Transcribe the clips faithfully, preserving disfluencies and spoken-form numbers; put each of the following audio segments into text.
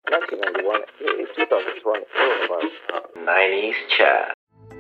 nineteen ninety-one, two thousand one, all about uh, nineties chat.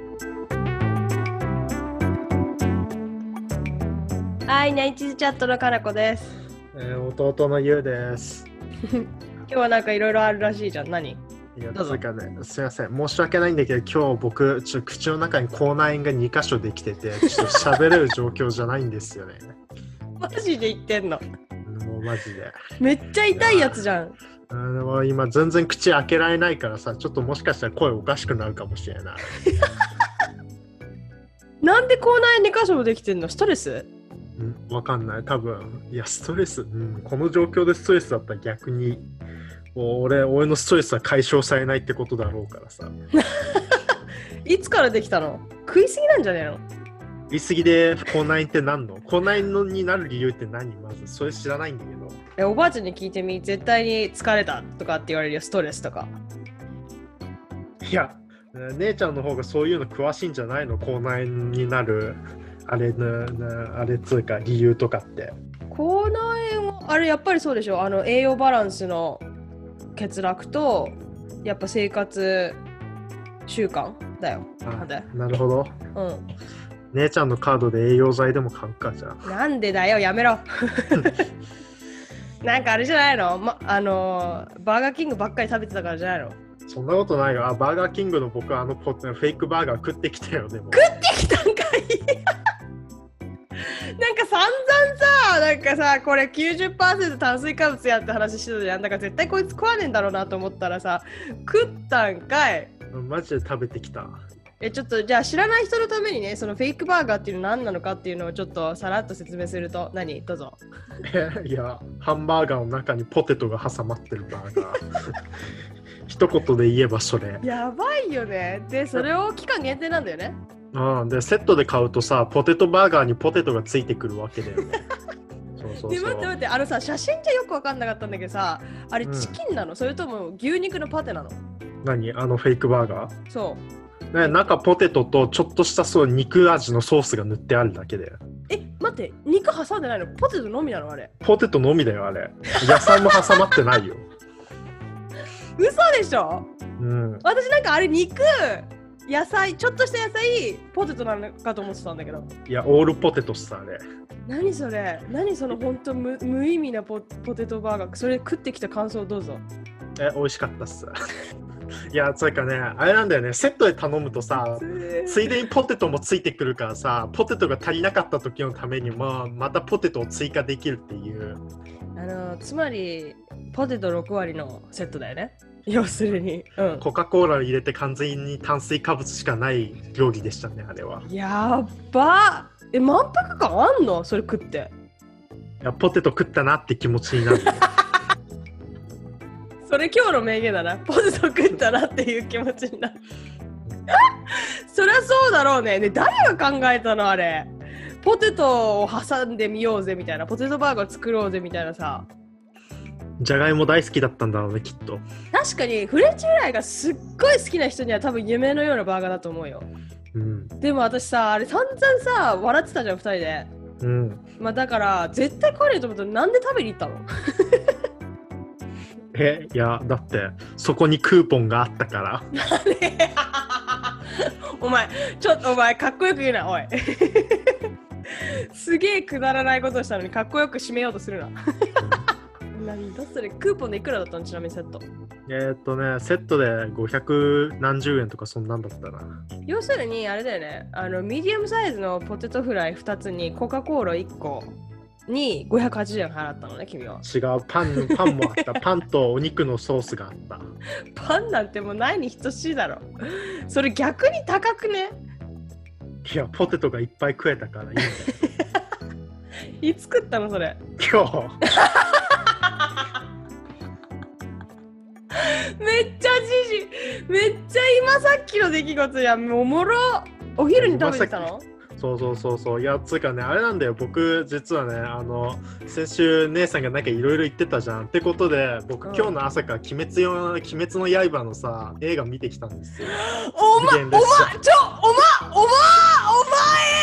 はい、ナインティーズチャットのかなこです。 えー、弟のゆうです。 今日はなんかいろいろあるらしいじゃん。何？ いや、どうぞかね、すみません。申し訳ないんだけど、今日僕、ちょ口の中に口内炎がに箇所できてて、ちょっと喋れる状況じゃないんですよね。 マジで言ってんの？ もうマジで。めっちゃ痛いやつじゃん。 あの今全然口開けられないからさ、ちょっともしかしたら声おかしくなるかもしれない。 なんで口内炎に箇所もできてんの？ストレス？ うん、わかんない。多分いやストレス、うん、この状況でストレスだったら逆に俺俺のストレスは解消されないってことだろうからさ。 いつからできたの？食いすぎなんじゃねえの？ 食いすぎで口内炎って何の？口内炎になる理由って何？まずそれ知らないんだけど。 え、おばあちゃんに聞いてみ。絶対に疲れたとかって言われるよ。ストレスとか。 いや、姉ちゃんの方がそういうの詳しいんじゃないの？口内炎になるあれなあれつうか理由とかって。 口内炎はあれやっぱりそうでしょ。あの栄養バランスの欠落とやっぱ生活習慣だよ。 ああ、なるほど。 うん。 姉ちゃんのカードで栄養剤でも買うかじゃあ。 なんでだよ、やめろ。なんかあれじゃないの、ま、あのバーガーキングばっかり食べてたからじゃないの？ そんなことないよ。あ、バーガーキングの僕はあのポフェイクバーガー食ってきたよ。でも食ってきたんかい。なんか散々さ、なんかさ、これ きゅうじゅっパーセント 炭水化物やって話してたじゃん。だから絶対こいつ食わねえんだろうなと思ったらさ、食ったんかい。 マジで食べてきた。 え、ちょっとじゃあ知らない人のためにね、そのフェイクバーガーっていうのは何なのかっていうのをちょっとさらっと説明すると、何？どうぞ。 いや、ハンバーガーの中にポテトが挟まってるバーガー。一言で言えばそれ。 やばいよね。で、それを期間限定なんだよね。 うん、で、セットで買うとさ、ポテトバーガーにポテトがついてくるわけだよね。そうそうそう。 で、待って待って、あのさ、写真じゃよく分かんなかったんだけどさ、あれチキンなの？うん、それとも牛肉のパテなの？ 何？あのフェイクバーガー？ そう。 ね、中ポテトとちょっとしたそう肉味のソースが塗ってあるだけで。 え、待って、肉挟んでないの？ポテトのみなの？あれ。 ポテトのみだよ、あれ。野菜も挟まってないよ。 嘘でしょ？うん。私なんかあれ肉、野菜、ちょっとした野菜、ポテトなのかと思ってたんだけど。 いや、オールポテトっす、あれ。 何それ？何そのほんと 無, 無意味な ポ, ポテトバーガー。それ食ってきた感想どうぞ。 え、美味しかったっす。いや、それかね、あれなんだよね、セットで頼むとさ、ついでにポテトもついてくるからさ、ポテトが足りなかった時のために、まあ、またポテトを追加できるっていう。 あの、つまり、ポテトろく割のセットだよね。要するに、うん、 コカ・コーラを入れて完全に炭水化物しかない料理でしたね、あれは。 やばっ。え、満腹感あんの？それ食って。 いや、ポテト食ったなって気持ちになる。 それ今日の名言だな。ポテト食ったなっていう気持ちになる。そりゃそうだろうね。ね、誰が考えたのあれ。ポテトを挟んでみようぜみたいな。ポテトバーガー作ろうぜみたいなさ。 じゃがいも大好きだったんだろうね、きっと。 確かにフレンチフライがすっごい好きな人には多分夢のようなバーガーだと思うよ。うん、でも私さ、あれ散々さ、笑ってたじゃん、ふたりで。うん。まあだから、絶対食わねえと思ったらなんで食べに行ったの？ え、いや、だってそこにクーポンがあったから。 お前、ちょっとお前かっこよく言うな、おい。すげえくだらないことしたのにかっこよく締めようとするな。何だそれ？クーポンでいくらだったの？ちなみにセット。 えー、っとね、セットでごひゃくなんじゅうえんとかそんなんだったな。 要するにあれだよね、あのミディアムサイズのポテトフライふたつにコカ・コーラいっこにごひゃくはちじゅうえん払ったのね、君は。 違う、パン、パンもあった。パンとお肉のソースがあった。 パンなんてもうないに等しいだろ。それ逆に高くね？ いや、ポテトがいっぱい食えたからいいんだよ。 いつ食ったのそれ？ 今日。 めっちゃじじめっちゃ今さっきの出来事やん。おもろ。お昼に食べてたの？ そうそうそうそう。いや、つうかね、あれなんだよ。僕実はね、あの先週姉さんがなんかいろいろ言ってたじゃんってことで、僕、うん、今日の朝から鬼滅よ鬼滅の刃のさ映画見てきたんですよ。 おまおまちょおまおまお前お前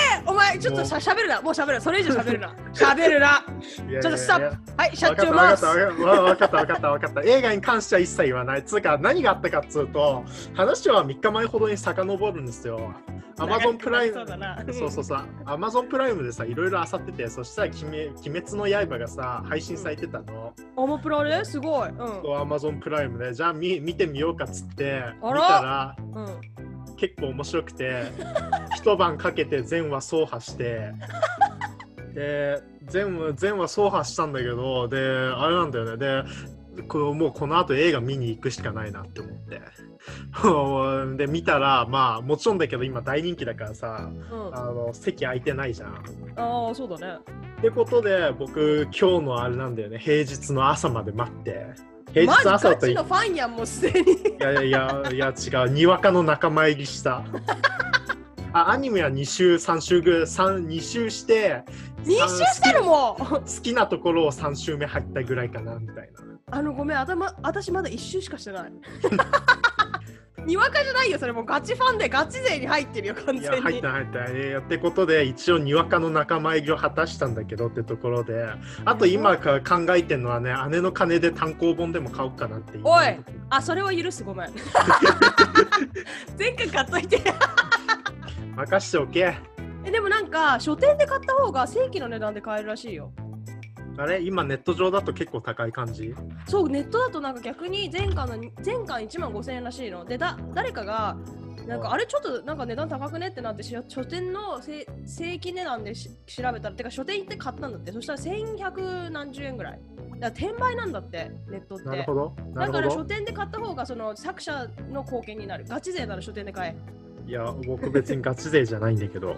い、ちょっとしゃしゃべるな。もうしゃべるな。それ以上しゃべるな。しゃべるな。 いやいやいやちょっとストップ。はい、シャッチューわかっマウス。 たわかったわかったわかった映画に関しては一切言わない。つうか何があったかっつうと、話はみっかまえほどに遡るんですよ。アマゾンプライム、 そうだな。 そうそうそう、アマゾンプライムでさ、いろいろ漁ってて、そしたら鬼滅鬼滅の刃がさ、配信されてたの。 オモプロね、すごい。うん。 そう、アマゾンプライムで、じゃあ見見てみようかっつって、見たらら、 うん、 結構面白くて、一晩かけて全話走破して、で、全話、全話走破したんだけど、で、あれなんだよね。で、こうもうこの後映画見に行くしかないなって思ってで見たら、まあもちろんだけど今大人気だからさ、うん、あの席空いてないじゃん。 ああ、そうだね。 ってことで僕今日のあれなんだよね、平日の朝まで待って、平日朝とガチのファンやん、もうすでに。いやいやいやいや違う、にわかの仲間入りしたあ、アニメはに週さん週ぐらい、に週してに週してるもん好きなところをさん週目入ったぐらいかなみたいな。 あのごめん、頭私まだいっ週しかしてないにわかじゃないよ、それもうガチファンでガチ勢に入ってるよ、完全に。いや、 入った入った。えー、ってことで、一応にわかの仲間入りを果たしたんだけどってところで、あと今から考えてるのはね、姉の金で単行本でも買おうかなっていう。 おい、あ、それは許す、ごめん。前回買っといて。 任しておけ。 え、でもなんか、書店で買った方が正規の値段で買えるらしいよ。 あれ今ネット上だと結構高い感じ？ そう、ネットだとなんか逆に前巻の前巻いちまんごせんえんらしいので、だ誰かがなんかあれちょっとなんか値段高くねってなって、書店の正規値段でし調べたら、てか書店行って買ったんだって。そしたらせんひゃくなんじゅうえんぐらいだから転売なんだって、ネットって。 なるほど。 だから書店で買った方がその作者の貢献になる。ガチ勢なら書店で買え。 いや、僕別にガチ勢じゃないんだけど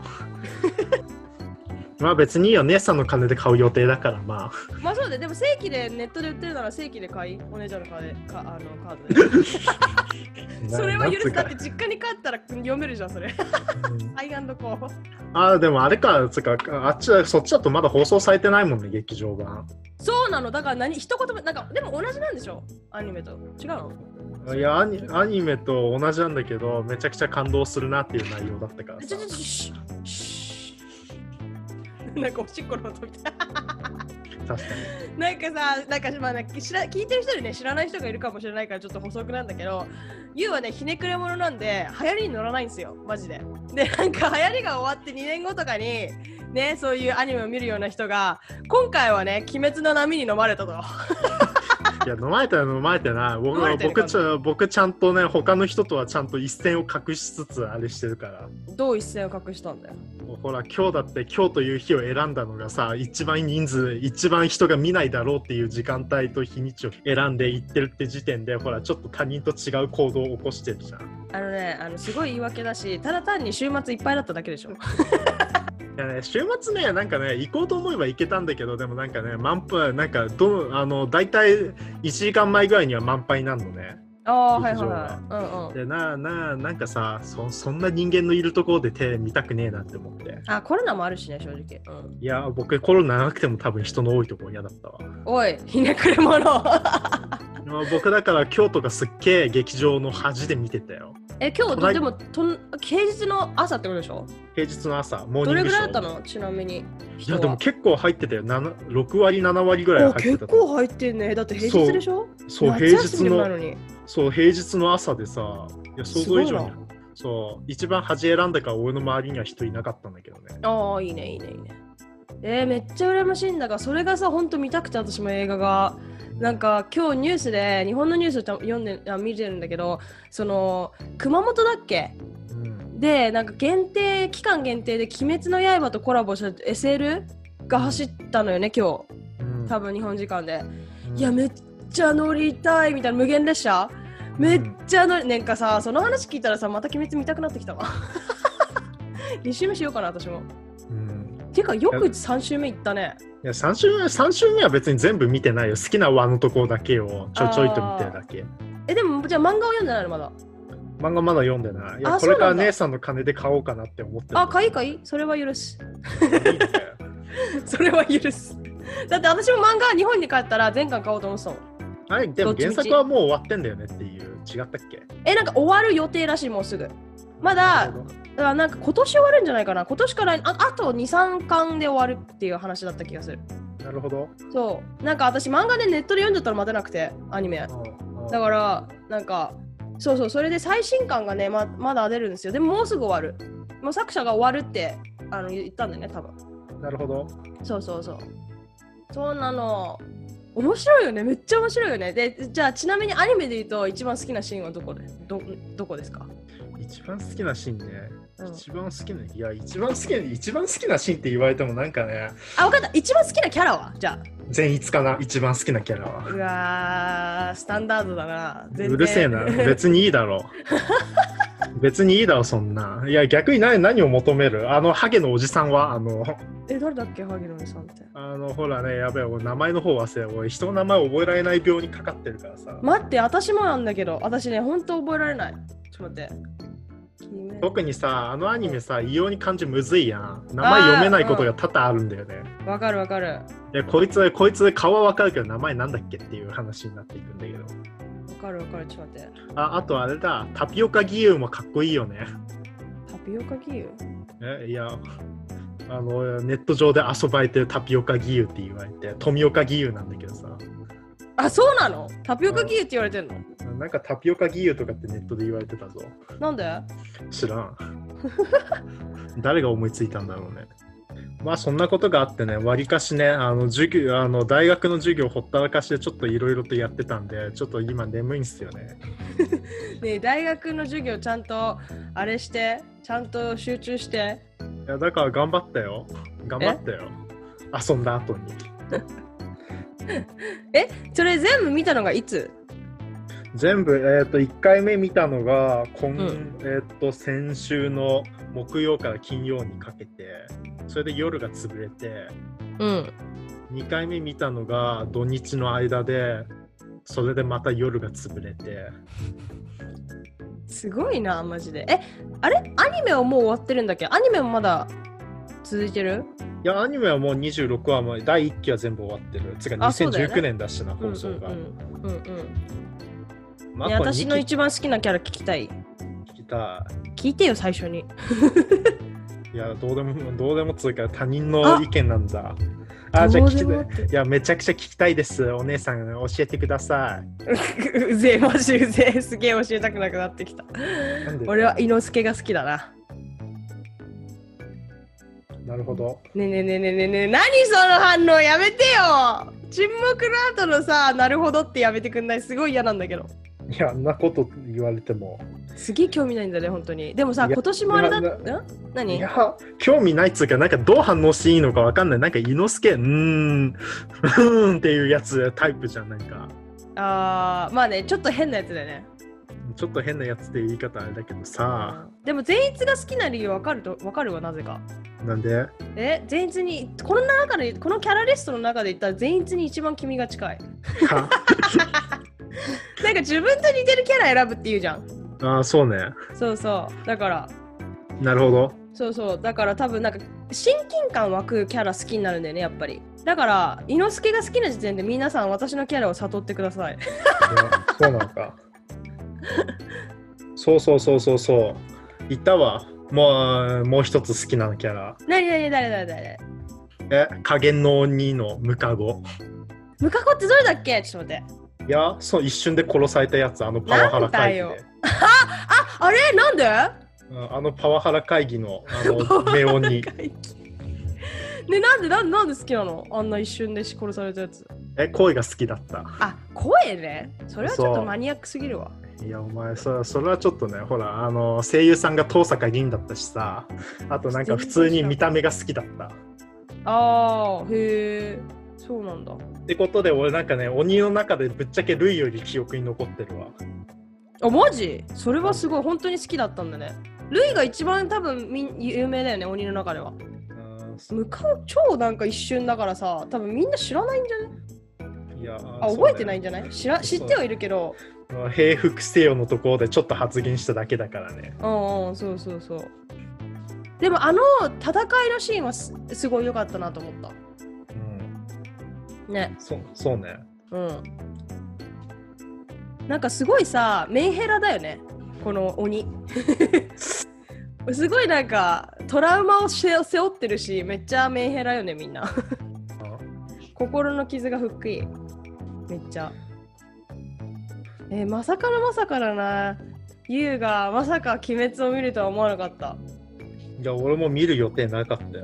まあ別にいいよ、姉さんの金で買う予定だから、まあまあそうで、でも正規でネットで売ってるなら正規で買い、お姉ちゃんのカードか、あのカードでそれは許す。だって実家に帰ったら読めるじゃん、それアイアンドコー。 あ、でもあれか、つかあっちそっちだとまだ放送されてないもんね、劇場版。 そうなの、だから何一言もなんか、でも同じなんでしょ、アニメと。違うの？ いやアニ、アニメと同じなんだけど、めちゃくちゃ感動するなっていう内容だったからさ。 なんかおしっこの音みたいな。 確かに。なんかさ、なんか、まあ、なんか知ら聞いてる人にね、知らない人がいるかもしれないからちょっと補足なんだけど、ユウはね、ひねくれ者なんで、流行りに乗らないんですよ、マジで。で、なんか流行りが終わってにねんごとかに、ね、そういうアニメを見るような人が、今回はね、鬼滅の波に飲まれたと。 いや、飲まれたよ、飲まれてない。僕僕ちゃ僕ちゃんとね、他の人とはちゃんと一線を隠しつつあれしてるから。 どう一線を隠したんだよ。 ほら、今日だって今日という日を選んだのがさ、一番人数、一番人が見ないだろうっていう時間帯と日にちを選んで行ってるって時点で、ほら、ちょっと他人と違う行動を起こしてるじゃん。 あのね、あのすごい言い訳だし、ただ単に週末いっぱいだっただけでしょ。 いやね、週末ね、なんかね、行こうと思えば行けたんだけど、でもなんかね、満杯、なんかど、あの、大体いちじかんまえぐらいには満杯になるのね。 ああ、はいはいはい。うんうん、 でなななんかさそ、そんな人間のいるところで手見たくねえなって思って。 あ、コロナもあるしね、正直。うん、 いや、僕コロナなくても多分人の多いところ嫌だったわ。 おい、ひねくれ者。 僕だから京都がすっげえ劇場の端で見てたよ。 え、今日でもと平日の朝ってことでしょ？ 平日の朝、モーニングショー。 どれぐらいだったの？ちなみに。 いや、でも結構入ってたよ。ろく割、なな割ぐらい入ってた。 結構入ってんね。だって平日でしょ？ そう、そう平日の、そう平日の朝でさ、いや想像以上に。そう、一番端選んだから俺の周りには人いなかったんだけどね。 ああ、いいねいいねいいね。えー、めっちゃ羨ましいんだが、それがさ、ほんと見たくて、私も映画が。なんか今日ニュースで日本のニュースを読んであ見てるんだけど、その熊本だっけ、うん、でなんか限定期間限定で鬼滅の刃とコラボした エスエル が走ったのよね今日、うん、多分日本時間で、うん、いやめっちゃ乗りたいみたいな無限列車、めっちゃ乗り、なんかさその話聞いたらさまた鬼滅見たくなってきたわに週目しようかな私も。てかよくさん週目行ったね。 いや 3, 週さん週目は別に全部見てないよ。好きな輪のところだけをちょちょいと見てるだけ。 えでもじゃあ漫画を読んでないのまだ？ 漫画まだ読んでない。いやこれから姉さんの金で買おうかなって思ってる。 あ、買い買いそれは許すそれは許す。だって私も漫画日本に帰ったら全巻買おうと思ってたもん。 あれでも原作はもう終わってんだよねっていう。違ったっけ？ えなんか終わる予定らしいもうすぐ。 まだあなんか今年終わるんじゃないかな。今年から あ, あとにさんかんで終わるっていう話だった気がする。 なるほど。 そうなんか私漫画でネットで読んじゃったら待てなくてアニメだからなんかそうそうそれで最新刊がね ま, まだ出るんですよ。でももうすぐ終わる。もう作者が終わるってあの言ったんだよね多分。 なるほど。 そうそうそうそうなの。面白いよね。めっちゃ面白いよね。でじゃあちなみにアニメで言うと一番好きなシーンはどこで ど, どこですか？ 一番好きなシーンね、 うん、 一番好きな、いや一番好きな一番好きなシーンって言われてもなんかね。 あ、分かった。一番好きなキャラはじゃあ善逸かな。一番好きなキャラは。 うわースタンダードだな。全然うるせえな。別にいいだろう。別にいいだろそんな。いや逆に 何, 何を求める。あのハゲのおじさんはあのえ誰だっけハゲのおじさんって。 あのほらねやべえ俺名前の方忘れ。俺人の名前覚えられない病にかかってるからさ。 待って私もなんだけど私ねほんと覚えられない。ちょっと待って。 特にさあのアニメさ異様に漢字むずいやん。名前読めないことが多々あるんだよね。 わ、うん、かるわかる。 いやこいつこいつ顔はわかるけど名前なんだっけっていう話になっていくんだけど。 わかるわかる。ちょっと待って。 ああとあれだタピオカ義勇もかっこいいよね。 タピオカ義勇？ えいやあのネット上で遊ばれてるタピオカ義勇って言われて富岡義勇なんだけどさ。 あそうなの？タピオカ義勇って言われてんの？ なんかタピオカ義勇とかってネットで言われてたぞ。 なんで？ 知らん。誰が思いついたんだろうね。まあそんなことがあってね、わりかしね、あの授業あの大学の授業ほったらかしでちょっといろいろとやってたんで、ちょっと今眠いんですよね。 ねえ大学の授業ちゃんとあれして、ちゃんと集中して。 いやだから頑張ったよ。頑張ったよ。遊んだ後に。 え、それ全部見たのがいつ？ 全部、えっと、いっかいめ見たのが今、 うん、 えっと、先週の木曜から金曜にかけて、それで夜が潰れて、 うん、 にかいめ見たのが土日の間で、それでまた夜が潰れて。 すごいな、マジで。え、あれアニメはもう終わってるんだっけ？アニメもまだ続いてる？ いや、アニメはもうにじゅうろくわまで、だいいっきは全部終わってる。つかにせんじゅうきゅうねんだしな、放送が。うんうんうんうんまあね、私の一番好きなキャラ聞きたい。 聞きたい。聞いてよ、最初に。 いや、どうでも、どうでもつうか他人の意見なんだ。あ、あじゃあ聞きたい。いや、めちゃくちゃ聞きたいです。お姉さん、教えてください。うぜえ、マジうぜえ。すげえ教えたくなくなってきた。俺は伊之助が好きだな。 なるほど。 ねえねえねえねえねえ、何その反応やめてよ。沈黙の後のさ、なるほどってやめてくんない？すごい嫌なんだけど。 いや、あんなこと言われても。 すげえ興味ないんだね、本当に。でもさ、今年もあれだった。何？ いや、興味ないっつうか、なんかどう反応していいのかわかんない。なんか伊之助、うーん、うーんっていうやつ、タイプじゃん、なんか。 あー、まあね、ちょっと変なやつだよね。 ちょっと変なやつっていう言い方あれだけどさ。 でも善逸が好きな理由わかるとわかるわ、なぜか。 なんで？ え、善逸にこの中でこのキャラリストの中で言ったら善逸に一番君が近い。なんか自分と似てるキャラ選ぶって言うじゃん。 ああ、そうね。 そうそうだから。 なるほど。 そうそうだから多分なんか親近感湧くキャラ好きになるんだよねやっぱり。だから伊之助が好きな時点で皆さん私のキャラを悟ってください。いやそうなのか。そうそうそうそうそう。いたわ。もうもう一つ好きなキャラ。 なになに誰誰誰？ え、加減の鬼のムカゴ。 ムカゴってどれだっけ？ちょっと待って。 いや、そう一瞬で殺されたやつ、あのパワハラ会議で。 あ、あ、あれなんで？ あのパワハラ会議のあの目鬼。 ね、なんでなんなんで好きなの？あんな一瞬で殺されたやつ。 え、声が好きだった。 あ、声ね。それはちょっとマニアックすぎるわ。 いやお前そそれはちょっとね、ほらあの声優さんが登坂凛だったしさ、あとなんか普通に見た目が好きだった。 あー、へえ、そうなんだ。 ってことで俺なんかね、鬼の中でぶっちゃけルイより記憶に残ってるわ。 あ、マジ？それはすごい、本当に好きだったんだね。ルイが一番多分み有名だよね、鬼の中では。向かう超なんか一瞬だからさ、多分みんな知らないんじゃない？いやあ、覚えてないんじゃない？知ら知ってはいるけど。 平服せよのところでちょっと発言しただけだからね。 うんうん、そうそうそう。でもあの戦いのシーンは す, すごい良かったなと思った。うん。ね。 そ, そうね。 うん。なんかすごいさ、メンヘラだよね、この鬼。 すごいなんかトラウマを背負ってるし、めっちゃメンヘラよねみんな。心の傷がふっくい。めっちゃ。えー、まさかのまさかだな。ユウがまさか鬼滅を見るとは思わなかった。 いや、俺も見る予定なかったよ。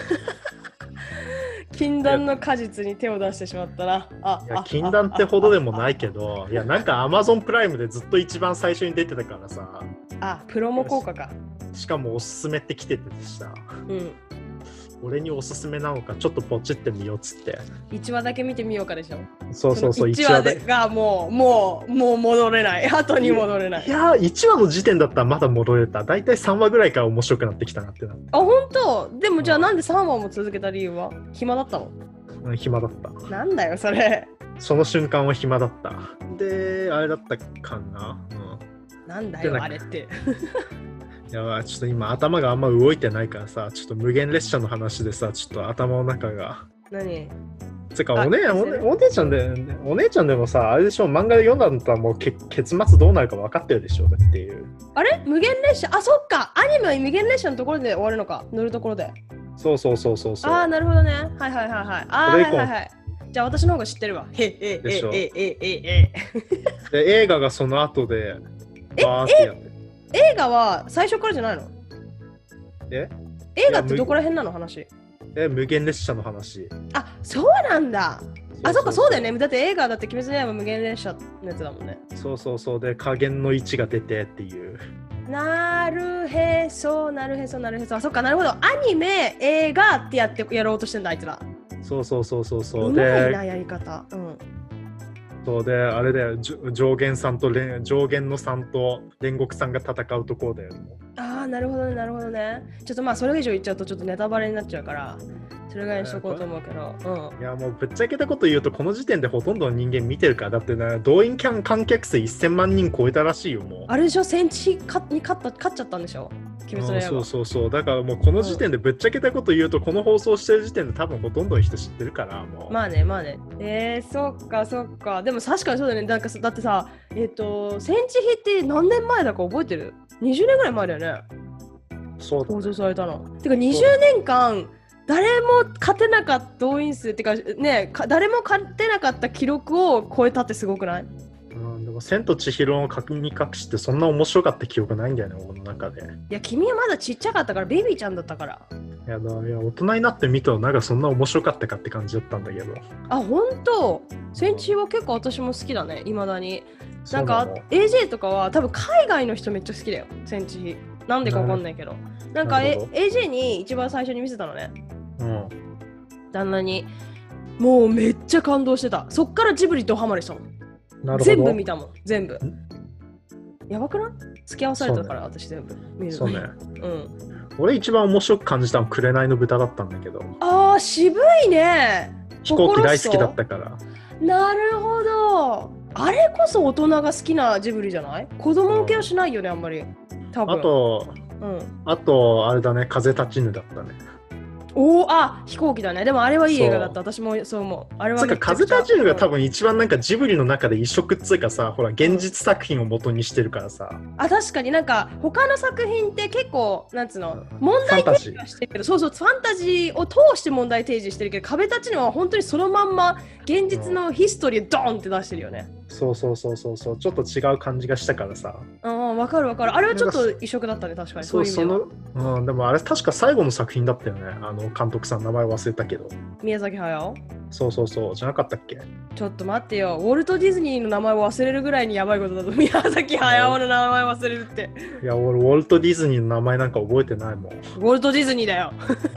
禁断の果実に手を出してしまったな。あ、 いや、禁断ってほどでもないけど、いや、なんか Amazon プライムでずっと一番最初に出てたからさ。 あ、プロモ効果か。 しかもおすすめって来ててさ。 うん。 俺におすすめなのかちょっとポチってみようっつって。 いちわだけ見てみようかでしょ。 そうそうそう、 いちわがもうもうもう戻れない。後に戻れない。 いやいちわの時点だったらまだ戻れた。だいたいさんわぐらいから面白くなってきたなってなって。 あ、本当。でもじゃあなんでさんわも続けた理由は？暇だったの？ うん、暇だった。 なんだよそれ。 その瞬間は暇だった。で、あれだったかな。 うん、なんだよあれって。 いやちょっと今頭があんま動いてないからさ、ちょっと無限列車の話でさ、ちょっと頭の中が。 何？ つかお姉お姉お姉ちゃんでお姉ちゃんでもさ、あれでしょ、漫画で読んだんだったらもうけ結末どうなるか分かってるでしょっていう。 あれ無限列車、あ、そっか、アニメは無限列車のところで終わるのか、乗るところで。 そうそうそうそうそう。 ああ、なるほどね。はいはいはいはい。ああ、はいはいはい。じゃあ私の方が知ってるわ。へえええええええで映画がその後でバーってやって。 映画は最初からじゃないの？ え？ 映画ってどこら辺なの話？ え、無限列車の話。 あ、そうなんだ。あ、そっか、そうだよね。だって映画だって鬼滅の刃無限列車のやつだもんね。 そうそうそうで加減の位置が出てっていう。 なるへそ、なるへそ、なるへそ。あ、そっか、なるほど。アニメ、映画ってやってやろうとしてんだ、あいつら。 そうそうそうそうそう。 うまいな、やり方。うん。 そうで、あれだよ、上限さんと上限のさんと煉獄さんが戦うところだよ。 ああ、なるほどね、なるほどね。ちょっとまあ、それ以上言っちゃうとちょっとネタバレになっちゃうから、それぐらいにしとこうと思うけど。うん、 いや、もうぶっちゃけたこと言うと、この時点でほとんどの人間見てるから、だってね、動員観客数せんまんにん超えたらしいよ、もう。 あれでしょ、戦地に勝った勝っちゃったんでしょ。鬼滅の刃。 そうそうそう、だからもうこの時点でぶっちゃけたこと言うと、うん、この放送してる時点で多分ほとんどの人知ってるからもう。 まあねまあね。えー、そっかそっか。でも確かにそうだね。なんかだってさ、えっ、ー、と戦地比って何年前だか覚えてる？にじゅうねんぐらい前だよね。 そうだね、 放送されたの。てかにじゅうねんかん誰も勝てなかった動員数ってかね、誰も勝てなかった記録を超えたってすごくない？ 千と千尋の角に隠してそんな面白かった記憶ないんだよね、俺の中で。 いや、君はまだちっちゃかったから、ベビーちゃんだったから。 いや、だいや大人になってみたらなんかそんな面白かったかって感じだったんだけど。 あ、ほんと？戦地は結構私も好きだね、いまだに。なんか エージェー とかは多分海外の人めっちゃ好きだよ、戦地。なんでかわかんないけど。なんか、エージェー に一番最初に見せたのね。 うん。 旦那に。もうめっちゃ感動してた。そっからジブリドハマりしたもん。 なるほど。 全部見たもん、全部。やばくない？付き合わされたから、ね、私全部見るの。 そうね。 うん。 俺一番面白く感じたのは紅の豚だったんだけど。 ああ、渋いね。 飛行機大好きだったから。 なるほど。あれこそ大人が好きなジブリじゃない？子供受けはしないよね、あんまり。多分。 あと、うん、あと、あれだね、風立ちぬだったね。 おお、あ、飛行機だね。でもあれはいい映画だった。私もそう思う。あれはつか風立ちぬが多分一番なんかジブリの中で異色っつうかさ、ほら現実作品を元にしてるからさ。 あ、確かになんか他の作品って結構なんつうの、問題提示はしてるけど、そうそうファンタジーを通して問題提示してるけど、風立ちぬは本当にそのまんま現実のヒストリーをドーンって出してるよね。 そうそうそうそうそう、ちょっと違う感じがしたからさ。 ああ、わかるわかる。あれはちょっと異色だったね、確かに。 そう、その、うん、でもあれ確か最後の作品だったよね。あの監督さん名前忘れたけど。 宮崎駿？ そうそうそう、じゃなかったっけ？ ちょっと待ってよ。ウォルト・ディズニーの名前を忘れるぐらいにやばいことだと。宮崎駿の名前忘れるって。 いや、俺ウォルト・ディズニーの名前なんか覚えてないもん。ウォルト・ディズニーだよ。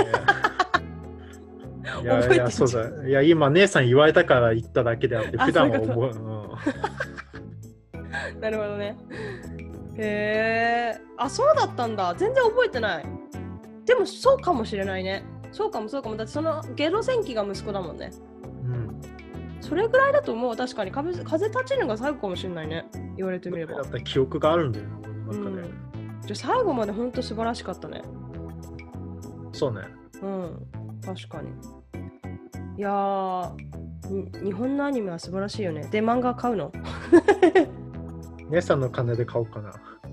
いやいや、そうだ。いや、今姉さん言われたから言っただけであって、普段は覚え、うん。 なるほどね。へえ。あ、そうだったんだ。全然覚えてない。でもそうかもしれないね。そうかもそうかも。だってそのゲロ戦記が息子だもんね。 うん。 それぐらいだと思う。確かに風立ちぬが最後かもしれないね。言われてみれば。 だったら記憶があるんだよね、俺の中で。うん、 じゃあ最後まで本当素晴らしかったね。 そうね。 うん。確かに。いやー、日本のアニメは素晴らしいよね。で、漫画買うの？ 姉さんの金で買おうかな。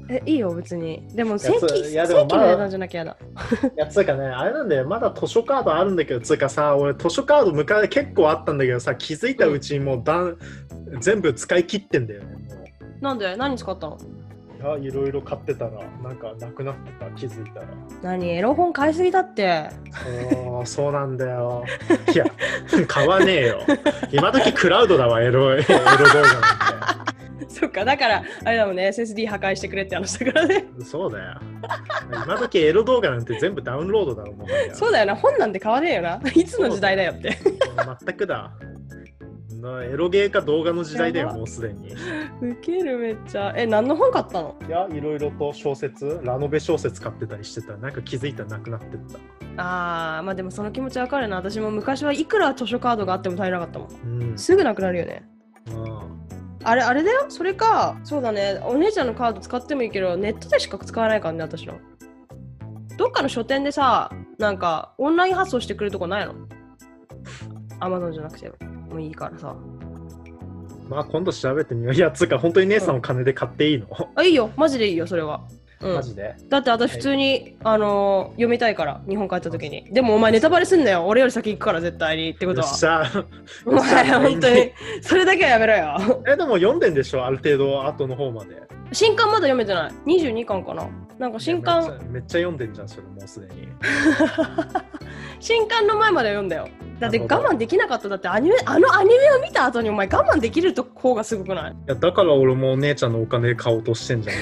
え、いいよ、別に。でも、 いや正規、 ついやで正もまだ規の値段じゃなきゃやだ。 いや、つうかね、あれなんだよ、まだ図書カードあるんだけど、つうかさ、俺図書カード昔結構あったんだけどさ、気づいたうちにもうだん、全部使い切ってんだよね、もう。 なんで何使ったの？ いや、いろいろ買ってたら、なんかなくなってた、気づいたら。 何、エロ本買いすぎだって。 そう、そうなんだよ。いや、買わねえよ。今時クラウドだわ、エロ、エロ動画なんそっか、だから、あれだもんね、エスエスディー 破壊してくれって話だからね。 て。そうだよ。今時エロ動画なんて全部ダウンロードだろ、もう。 そうだよな、本なんて買わねえよな。いつの時代だよって。 全くだ。なエロゲーか動画の時代だよ、 やばもうすでに。 ウケる、めっちゃ。え、何の本買ったの？ いや、いろいろと小説、ラノベ小説買ってたりしてたら、なんか気づいたらなくなってった。 あー、まあでもその気持ちわかるな。私も昔はいくら図書カードがあっても足りなかったもん。 うん。 すぐなくなるよね。 ああれ、あれだよ。それか、そうだね。お姉ちゃんのカード使ってもいいけど、ネットでしか使わないからね、私の。どっかの書店でさ、なんか、オンライン発送してくれるとこないの？アマゾンじゃなくてもいいからさ。 まあ、今度調べてみよう。いや、つうか、本当に姉さんの金で買っていいの、 あ、いいよ。マジでいいよ、それは。うん、 マジでだって私普通に、はい、あのー、読みたいから日本帰った時に。でもお前ネタバレすんなよ。俺より先行くから絶対にってことは。 よっしゃ。 お前本当にそれだけはやめろよ。 え、でも読んでんでしょ、ある程度後の方まで。 新刊まだ読めてない。にじゅうにかんかな。なんか新刊めっちゃ、めっちゃ読んでんじゃん、それもうすでに。 新刊の前まで読んだよ。だって我慢できなかった。だってアニメ、あのアニメを見た後にお前我慢できると方がすごくない？いや、だから俺もお姉ちゃんのお金買おうとしてんじゃん。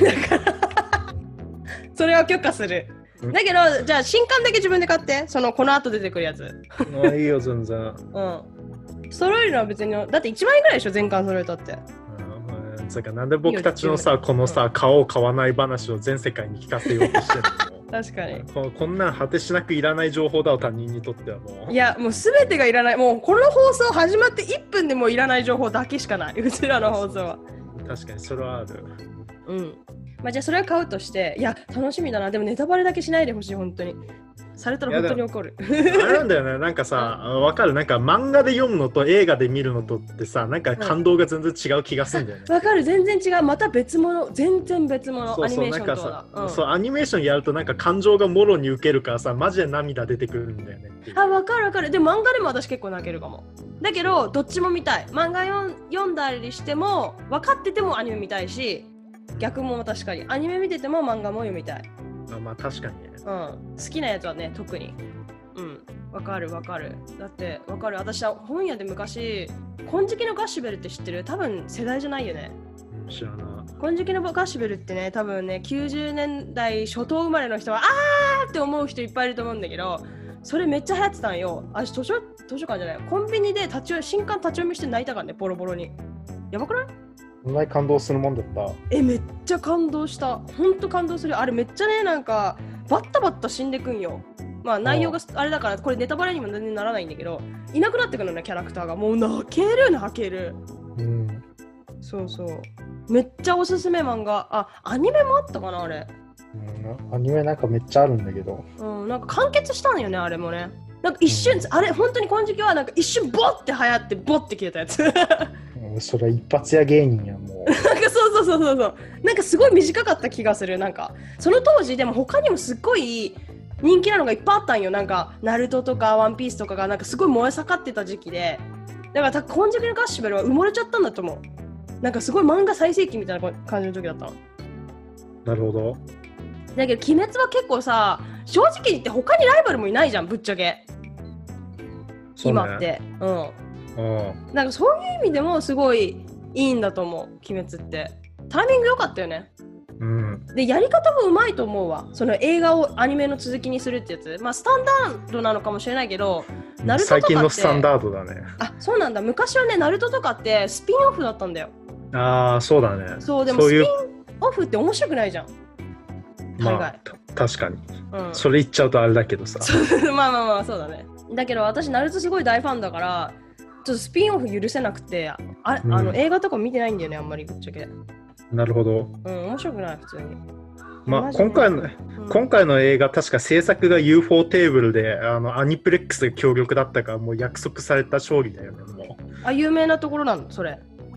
それは許可する。だけど、じゃあ新刊だけ自分で買って。そのこの後出てくるやつ。 あ、いいよ、全然。 うん。揃えるのは別に、だっていちまんえんぐらいでしょ、全巻揃えたって。 うん、つうかなんで僕たちのさ、このさ、買おう買わない話を全世界に聞かせようとしてるの？ 確かにこ。こんなん果てしなくいらない情報だわ、他人にとってはもう。 いや、もうすべてがいらない。もうこの放送始まっていっぷんでもういらない情報だけしかない。うちらの放送は。 確かにそれはある。 うん。まあ、じゃあそれを買うとして、いや、楽しみだな。でもネタバレだけしないでほしい、本当に。されたら本当に怒る。 あれなんだよね、なんかさ、わかる、なんか漫画で読むのと映画で見るのとってさ、なんか感動が全然違う気がするんだよね。 わ、うん、かる、全然違う。また別物、全然別物。 そうそう、 アニメーションとはなんかさ、 うん、 そう、アニメーションやるとなんか感情がもろに受けるからさ、マジで涙出てくるんだよねっていう。 あ、わかるわかる。でも漫画でも私結構泣けるかも。だけど、どっちも見たい。漫画読んだりしても、分かっててもアニメ見たいし、逆も確かに。アニメ見てても漫画も読みたい。 あ、まあ確かにね。 うん。好きなやつはね、特に。うん。わかるわかる。だってわかる。私は本屋で昔、金色のガッシュベルって知ってる？多分世代じゃないよね。 うん、知らない。 金色のガッシュベルってね、多分ね、きゅうじゅうねんだい初頭生まれの人は、あーって思う人いっぱいいると思うんだけど、それめっちゃ流行ってたんよ。あ、図書、図書館じゃない。コンビニで立ち読み、新刊立ち読みして泣いたからね、ボロボロに。やばくない？ そんなに感動するもんだった。 え、めっちゃ感動した。ほんと感動する。あれめっちゃね、なんかバッタバッタ死んでくんよ。まあ内容があれだからこれネタバレにも全然ならないんだけど、いなくなってくるのね、キャラクターが。もう泣ける泣ける。 うん。 そうそう。めっちゃおすすめ漫画。あ、アニメもあったかなあれ。 うん、アニメなんかめっちゃあるんだけど。 うん、なんか完結したんよね、あれもね。なんか一瞬、うん、あれ本当に金色はなんか一瞬ボッて流行ってボッて消えたやつ。 それは一発屋芸人やもう。 なんかそうそうそうそうそう。なんかすごい短かった気がする。なんかその当時でも他にもすっごい人気なのがいっぱいあったんよ。なんかナルトとかワンピースとかがなんかすごい燃え盛ってた時期で、だから金色のガッシュベルは埋もれちゃったんだと思う。なんかすごい漫画最盛期みたいな感じの時だったの。 なるほど。 だけど鬼滅は結構さ、正直言って他にライバルもいないじゃん、ぶっちゃけ。 そうね、 今って。うん。 ああ、なんかそういう意味でもすごいいいんだと思う、鬼滅って。タイミング良かったよね。 うん、 で、やり方もうまいと思うわ。その映画をアニメの続きにするってやつ。まあスタンダードなのかもしれないけど、ナルトとかって最近のスタンダードだね。 あ、そうなんだ。昔はね、ナルトとかってスピンオフだったんだよ。 ああ、そうだね。 そう、でもスピンオフって面白くないじゃん。 まあ、確かに、 うん、 それ言っちゃうとあれだけどさ。 まあまあまあ、そうだね。だけど私ナルトすごい大ファンだからちょっとスピンオフ許せなくて、あ、うん、あの映画とか見てないんだよね、あんまりぶっちゃけ。 なるほど。 うん、面白くない普通に。 まあ今回の、うん、今回の映画確か制作が ユーフォー テーブルであのアニプレックスが協力だったからもう約束された勝利だよね。もうあ、有名なところなのそれ。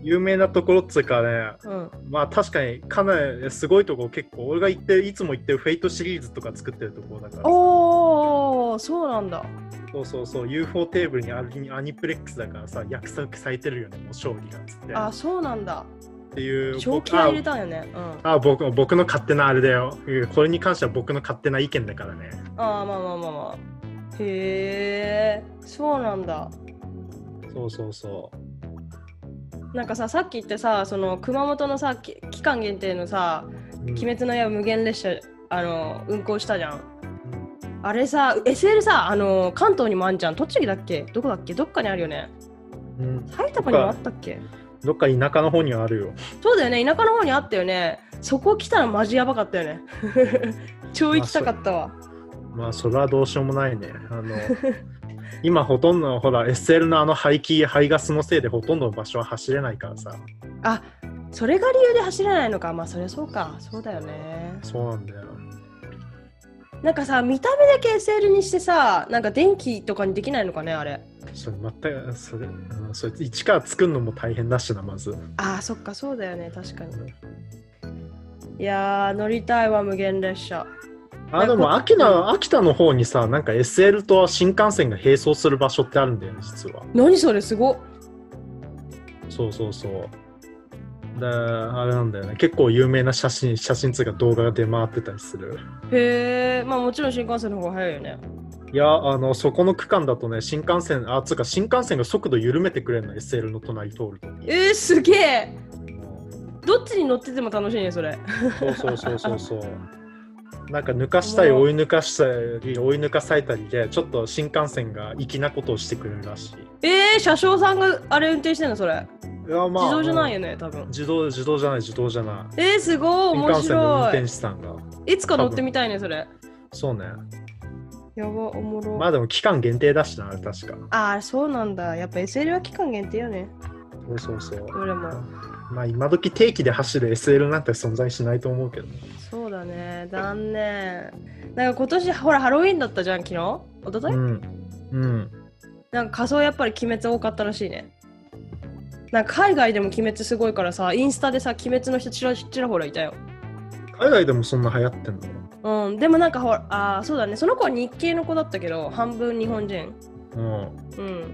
有名なところっつうかね、 うん、 まあ確かにかなりすごいところ結構、俺が行っていつも行ってるフェイトシリーズとか作ってるところだからさ。 おー、そうなんだ。 そうそうそう、ユーフォー テーブルにアニアニプレックスだからさ、約束されてるよね、もう勝利がっつって。 あ、そうなんだ。 っていう。 超気合い入れたんよね。うん、 あ僕、僕の勝手なあれだよ。これに関しては僕の勝手な意見だからね。 ああ、まあまあまあまあ。へえ、そうなんだ。 そうそうそう。 なんかさ、さっき言ってさ、その熊本のさ、期間限定のさ、うん、鬼滅の刃無限列車、あの、運行したじゃん。うん、あれさ、エスエル さ、あの、関東にもあんじゃん。栃木だっけ？どこだっけ？どっかにあるよね。うん、埼玉にもあったっけ？ どっか田舎の方にはあるよ。 そうだよね、田舎の方にあったよね。そこ来たらマジやばかったよね。超行きたかったわ。 まあ、それはどうしようもないね。あの今ほとんどほら エスエル のあの排気排ガスのせいでほとんどの場所は走れないからさ。 あ、それが理由で走れないのか。まあそりゃそうか。そうだよね。 そうなんだよ。 なんかさ、見た目だけ エスエル にしてさ、なんか電気とかにできないのかね、あれ。 それ全くそれ、うん、それ一から作るのも大変だしな、まず。 ああ、そっか、そうだよね、確かに。いやー、乗りたいわ、無限列車。 あ、でも秋田、秋田の方にさ、なんか エスエル と新幹線が並走する場所ってあるんだよね、実は。 何それ、すごっ。 そうそうそう。で、あれなんだよね、結構有名な写真、写真つうか動画が出回ってたりする。 へえ、まあもちろん新幹線の方が早いよね。 いや、あの、そこの区間だとね、新幹線、あ、つうか新幹線が速度緩めてくれるの、エスエル の隣通ると。 えー、すげえ。どっちに乗ってても楽しいね、それ。 そうそうそうそうそう。なんか抜かしたり追い抜かしたり追い抜かされたりでちょっと新幹線が粋なことをしてくれるらしい。 えー、車掌さんがあれ運転してんのそれ。 いや、まあ、 自動じゃないよね多分。 自動自動じゃない自動じゃない。 えー、すごい面白い。 新幹線の運転手さんが。 いつか乗ってみたいねそれ。 そうね。 やばおもろ。 まあでも期間限定だしな、あれ確か。 ああ、そうなんだ。やっぱ エスエル は期間限定よね。 そうそうそう。 どれも。 まあ今時定期で走る エスエル なんて存在しないと思うけど。 そうだね、残念。なんか今年ほらハロウィンだったじゃん、昨日一昨日、うん、うん。なんか仮装やっぱり鬼滅多かったらしいね。なんか海外でも鬼滅すごいからさ、インスタでさ、鬼滅の人ちらちらほらいたよ。 海外でもそんな流行ってんの？うん、でもなんかほら、ああ、そうだね、その子は日系の子だったけど、半分日本人。うん。うん。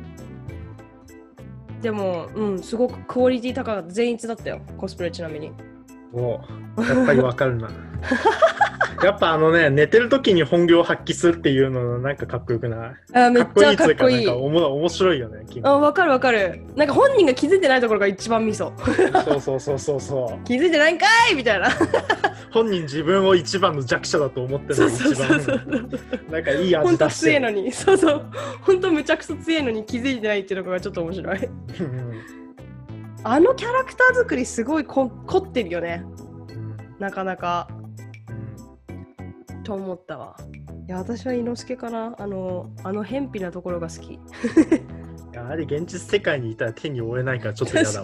でも、うん、すごくクオリティ高かった。全員だったよ、コスプレちなみに。 お、やっぱりわかるな。やっぱあのね、寝てる時に本領発揮するっていうのなんかかっこよくない？ あ、めっちゃかっこいい。 かっこいい。なんかおも面白いよね。 あ、わかるわかる。なんか本人が気づいてないところが一番ミソ。 そうそうそうそうそう。 気づいてないんかいみたいな。 本人自分を一番の弱者だと思ってるのが一番なんかいい味出してる。 本当強いのに、そうそう。本当むちゃくそ強いのに気づいてないっていうのがちょっと面白い。あのキャラクター作りすごいこ凝ってるよね。うん、なかなか。と思ったわ。いや、私は伊之助かな。あの、あの偏僻なところが好き。いや、あれ現実世界にいたら手に負えないからちょっと嫌だわ。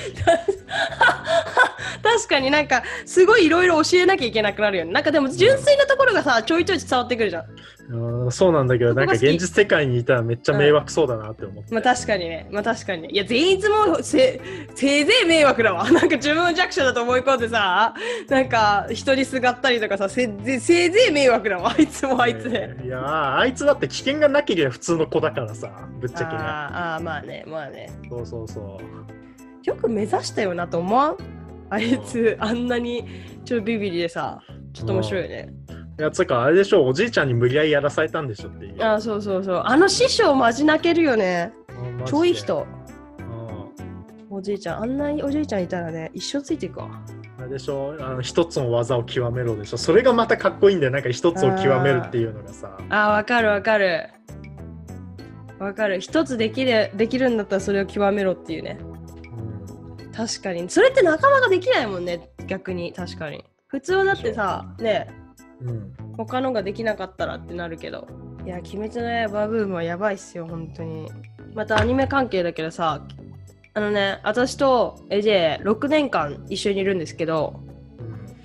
確かになんかすごいいろいろ教えなきゃいけなくなるよね。なんかでも純粋なところがさ、ちょいちょい伝わってくるじゃん。 うん、そうなんだけど、なんか現実世界にいたらめっちゃ迷惑そうだなって思って。 うん、まあ確かにね、まあ確かに。いや、全員いつもせせいぜい迷惑だわ。なんか自分を弱者だと思い込んでさ、なんか一人すがったりとかさ、せせいぜい迷惑だわ。いつもあいつで。 えー、いや、あいつだって危険がなければ普通の子だからさ、ぶっちゃけね。 ああ、まあね、まあね。 そうそうそう。 よく目指したよなと思わん？あいつ、あんなにちょっとビビりでさ、ちょっと面白いね。 いや、つうかあれでしょ、おじいちゃんに無理やりやらされたんでしょっていう。 ああ、そうそうそう。あの師匠マジ泣けるよね。超いい人。おじいちゃん、あんなにおじいちゃんいたらね、一生ついていくわ。 あれでしょ、あの一つの技を極めろでしょ。それがまたかっこいいんだよ。なんか一つを極めるっていうのがさ。 ああ、わかるわかる。わかる。一つできる、できるんだったらそれを極めろっていうね。確かにそれって仲間ができないもんね、逆に。確かに普通はだってさね、うん、他のができなかったらってなるけど、いや鬼滅の刃ブームはやばいっすよ本当に。またアニメ関係だけどさ、あのね、私と エージェーろくねんかん一緒にいるんですけど、うん、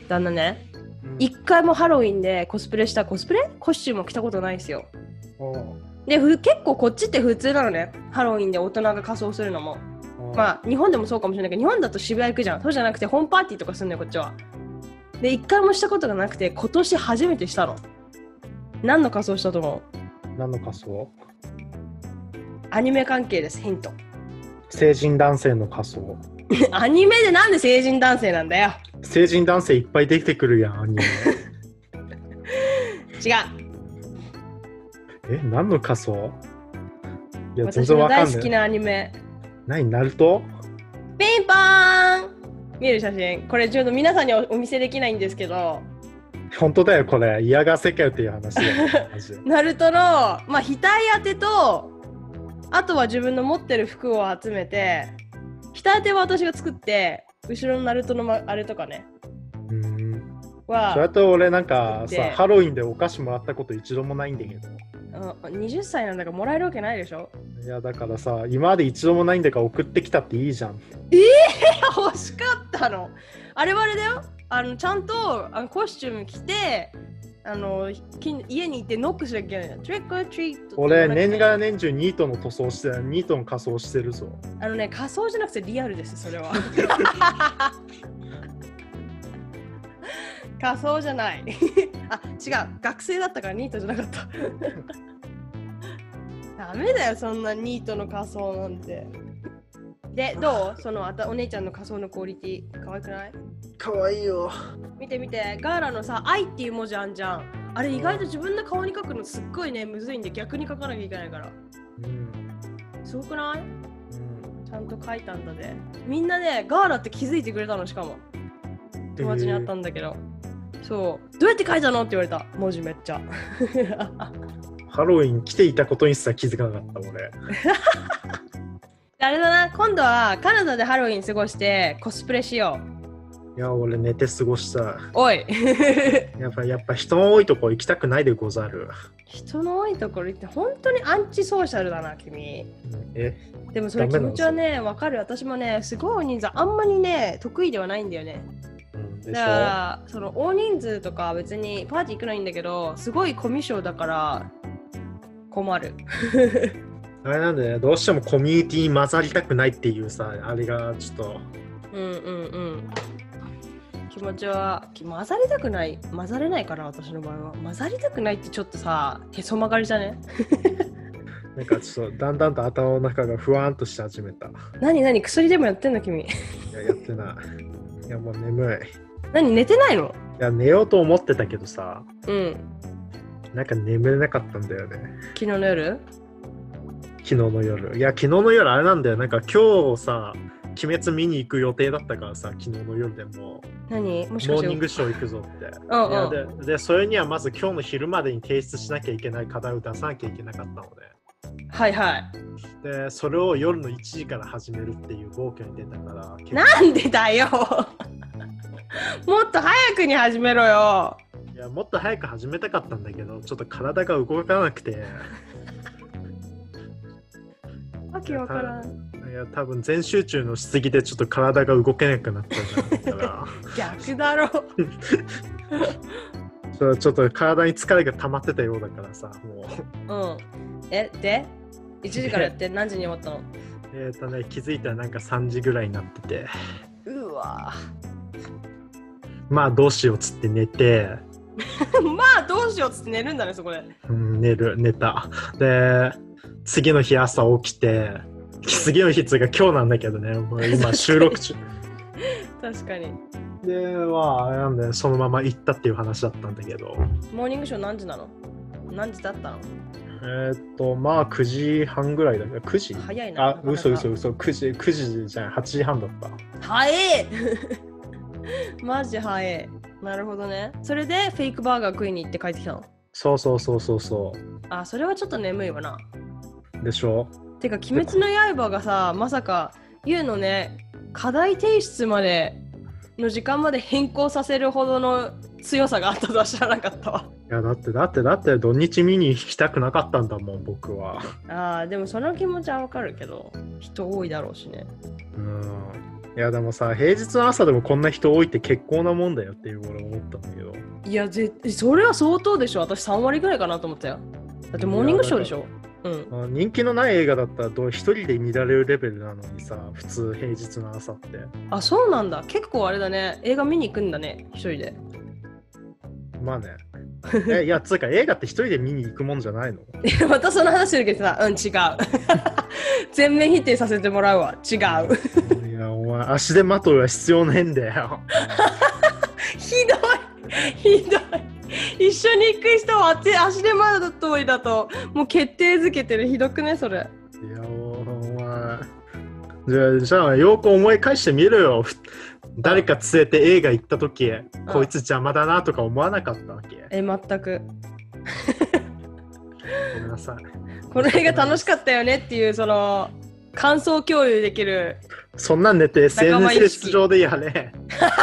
旦那ね、一、うん、回もハロウィンでコスプレしたコスプレコスチュームを着たことないんですよ。でふ結構こっちって普通なのね、ハロウィンで大人が仮装するのも。 まあ日本でもそうかもしれないけど、日本だと渋谷行くじゃん。そうじゃなくてホームパーティーとかするのよこっちは。で一回もしたことがなくて、今年初めてしたの。何の仮装したと思う？ 何の仮装？ アニメ関係です。ヒント。 成人男性の仮装。 アニメでなんで成人男性なんだよ。 成人男性いっぱい出てくるやん、アニメ。 違う。 え、何の仮装？いや、全私の然わかんない。 大好きなアニメ。 何、ナルト？ ピンポーン。見る写真。これちょっと皆さんに お, お見せできないんですけど、 本当だよ、これ。嫌が世界っていう話だよ。マジでナルトの、まあ、額当てと、あとは自分の持ってる服を集めて、額当ては私が作って、後ろのナルトの、ま、あれとかね。 うーん。 はそれと俺なんか作ってさ、ハロウィンでお菓子もらったこと一度もないんだけど。 あにじゅっさいなんだからもらえるわけないでしょ。 いや、だからさ、今まで一度もないんだから送ってきたっていいじゃん。 欲しかったの。あれはあれだよ。あのちゃんとあのコスチューム着て、あのき家に行ってノックしなきゃいけない。トリックオアトリート。 俺、年がら年中ニートの塗装してる、ニートの仮装してるぞ。 あのね、仮装じゃなくてリアルです、それは。仮装じゃない。あ、違う。学生だったからニートじゃなかった。ダメだよ、そんなニートの仮装なんて。で、どう？そのあたお姉ちゃんの仮装のクオリティ、可愛くない？ かわいいよ。 見て見て、ガーラのさ、愛っていう文字あんじゃん。あれ意外と自分の顔に書くのすっごいね、むずいんで逆に書かなきゃいけないから。 うん。 すごくない？ うん、 ちゃんと書いたんだで。みんなね、ガーラって気づいてくれたの、しかも。友達に会ったんだけど。そう。どうやって書いたのって言われた。文字めっちゃ。 ハロウィン来ていたことにすら気づかなかった俺。 あれだな、今度はカナダでハロウィン過ごしてコスプレしよいや、俺寝て過ごした。 う。おい。 やっぱやっぱ人の多いとこ行きたくないでござる。 人の多いところ行って本当にアンチソーシャルだな、君。 えでもそれ気持ちはね、わかる。私もね、すごい大人数、あんまりね、得意ではないんだよね。 うんでしょ。 だからその大人数とか別にパーティー行くのいいんだけど、すごいコミュ障だから困る。 あれなんだよね、どうしてもコミュニティに混ざりたくないっていうさ、あれがちょっと。 うんうんうん。気持ちは混ざりたくない、混ざれないから私の場合は。混ざりたくないってちょっとさ、へそ曲がりじゃね？ なんかちょっとだんだんと頭の中が不安とし始めた。 何何薬でもやってんの君？ いや、やってない。いや、もう眠い。 何寝てないの？ いや、寝ようと思ってたけどさ、 うん。 なんか眠れなかったんだよね。 昨日の夜？ 昨日の夜。いや、昨日の夜あれなんだよ。なんか今日さ、鬼滅見に行く予定だったからさ、昨日の夜でも。 何？もしかしてモーニングショー行くぞって。 うんうんいやでで、それにはまず今日の昼までに提出しなきゃいけない課題を出さなきゃいけなかったので。 はいはい。 で、それを夜のいちじから始めるっていう暴挙に出たから。 なんでだよ。もっと早くに始めろよ。 いや、もっと早く始めたかったんだけど、ちょっと体が動かなくて。 わけわからん。 いや、多分全集中のしすぎでちょっと体が動けなくなったんじゃないかな。 逆だろ。 それちょっと体に疲れが溜まってたようだからさ、もうん。え、でいちじからやって何時に終わったの？ う。えっとね、気づいたらなんかさんじぐらいになってて。 うわ。 まあどうしようっつって寝て。 まあどうしようっつって寝るんだね、そこで。 うん、寝る、寝た。で、次の日朝起きて、次の日っつうか今日なんだけどね、もう今収録中。 確かに。 で、まあ、あれなんだよ、そのまま行ったっていう話だったんだけど。 モーニングショー何時なの？何時だったの？ えーっと、まあくじはんぐらいだけど、くじ？ 早いな。 あ、嘘嘘嘘、くじ、くじじゃん、はちじはんだった。 早えマジ早え。なるほどね。それでフェイクバーガー食いに行って帰ってきたの？ そうそうそうそうそあ、それはちょっと眠いわな。 う。でしょ？ てか、鬼滅の刃がさ、まさか、言うのね、課題提出までの時間まで変更させるほどの強さがあったとは知らなかったわ。 いや、だってだってだって土日見に行きたくなかったんだもん、僕は。 ああ、でもその気持ちはわかるけど、人多いだろうしね。 うん。いや、でもさ、平日の朝でもこんな人多いって結構なもんだよっていう俺思ったんだけど。 いや、ぜそれは相当でしょ。私さん割ぐらいかなと思ったよ。だってモーニングショーでしょ。 うん。 人気のない映画だったらどう一人で見られるレベルなのにさ、普通平日の朝って。 あ、そうなんだ。結構あれだね。映画見に行くんだね、一人で。 まあね。えいや、つうか映画って一人で見に行くもんじゃないの？ またその話するけどさ、うん、違う。全面否定させてもらうわ。違う。 いや、お前、足手まといは必要ないんだよ。 ひどい。ひどい。一緒に行く人は足手まといだと、もう決定づけてる。ひどくね、それ。 いや、お前。じゃあ、じゃあ、よく思い返してみろよ。誰か連れて映画行った時、こいつ邪魔だなとか思わなかったわけ？ え、全く。 ごめんなさい。 この映画楽しかったよねっていう、その感想共有できる。 そんなん寝て エスエヌエス 上でやれ。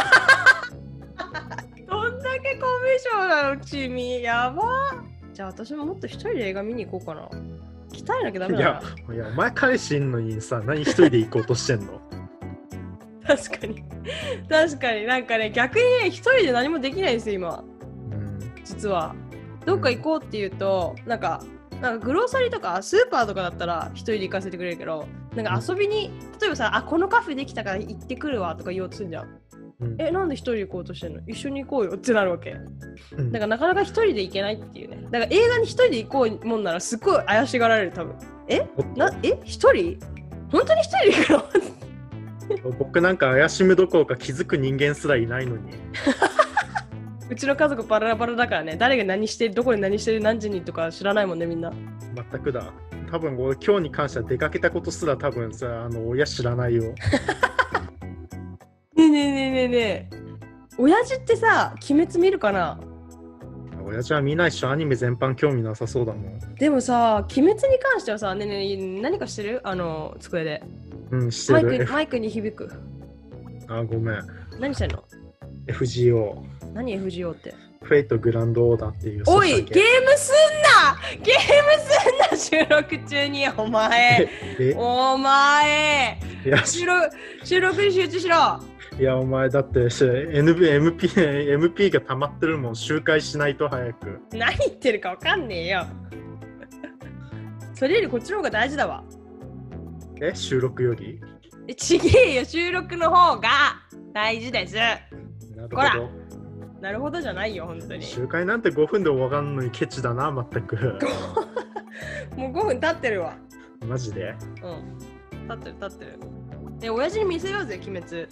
どんだけコミュ障なの、チミ。やば。じゃあ私ももっと一人で映画見に行こうかな。鍛えなきゃダメだな。 いや、いやお前彼氏いんのにさ、何一人で行こうとしてんの？ 確かに。確かに。なんかね、逆にね、一人で何もできないんですよ、今。うん、実は。どっか行こうっていうと、うん、なんか、なんかグローサリーとかスーパーとかだったら一人で行かせてくれるけど、なんか遊びに、例えばさ、あ、このカフェできたから行ってくるわとか言おうとするじゃん。うん、え、なんで一人で行こうとしてんの？一緒に行こうよってなるわけ。うん、だからなかなか一人で行けないっていうね。だから映画に一人で行こうもんならすっごい怪しがられる、多分。えなえ一人本当に一人で行くの？ 僕なんか怪しむどころか気づく人間すらいないのに。 うちの家族バラバラだからね、誰が何してる、どこで何してる、何時にとか知らないもんね、みんな。 全くだ。多分俺今日に関しては出かけたことすら多分さ、あの親知らないよ。ねえねえねえねえねえ。親父ってさ、鬼滅見るかな？ 親父は見ないし、アニメ全般興味なさそうだもん。 でもさ、鬼滅に関してはさ、ねえねえ何かしてる？あの、机で。 うん、してる。 マイク、マイクに響く。 あ、ごめん。 何してんの？ エフジーオー。 何 エフジーオー って？ フェイトグランドオーダーっていう。 おい、ゲームすんな！ゲームすんな、収録中に、お前。お前。いや、収録、収録に集中しろ。 いや、お前だって エヌビー、エムピー、エムピー が溜まってるもん、周回しないと早く。 何言ってるかわかんねえよ。それよりこっちの方が大事だわ。 え、収録より？ え、ちげえよ、収録の方が大事です。 なるほど。 こらなるほどじゃないよ、本当に。 周回なんてごふんで終わらんのにケチだな、全く。 もうごふん経ってるわ。 マジで？ うん。経ってる経ってる。え、親父に見せようぜ、鬼滅。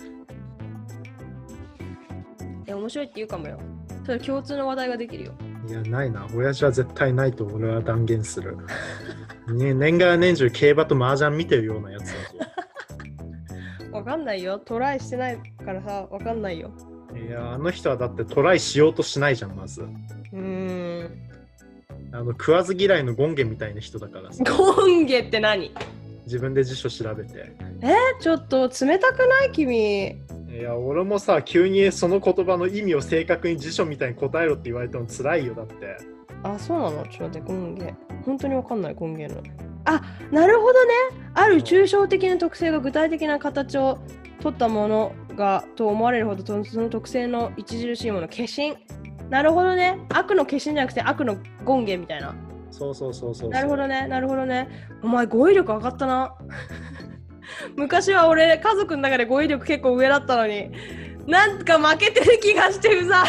え、面白いって言うかもよ。それ共通の話題ができるよ。 いや、ないな。親父は絶対ないと俺は断言する。ね、年がら年中競馬と麻雀見てるようなやつだぞ。 わかんないよ。トライしてないからさ、わかんないよ。 いや、あの人はだってトライしようとしないじゃん、まず。うーん。 あの、食わず嫌いのゴンゲみたいな人だからさ。 ゴンゲって何？ 自分で辞書調べて。 えー、ちょっと冷たくない君？ いや、俺もさ、急にその言葉の意味を正確に辞書みたいに答えろって言われても辛いよ、だって。 あ、そうなの？ちょっと待って、ゴンゲ。本当にわかんない、ゴンゲの。あ、なるほどね。ある抽象的な特性が具体的な形を取ったものがと思われるほど、その特性の著しいもの、化身。なるほどね。悪の化身じゃなくて悪のゴンゲみたいな。 そうそうそうそう。 なるほどね、なるほどね。お前語彙力上がったな。昔は俺家族の中で語彙力結構上だったのに、なんか負けてる気がしてうざい。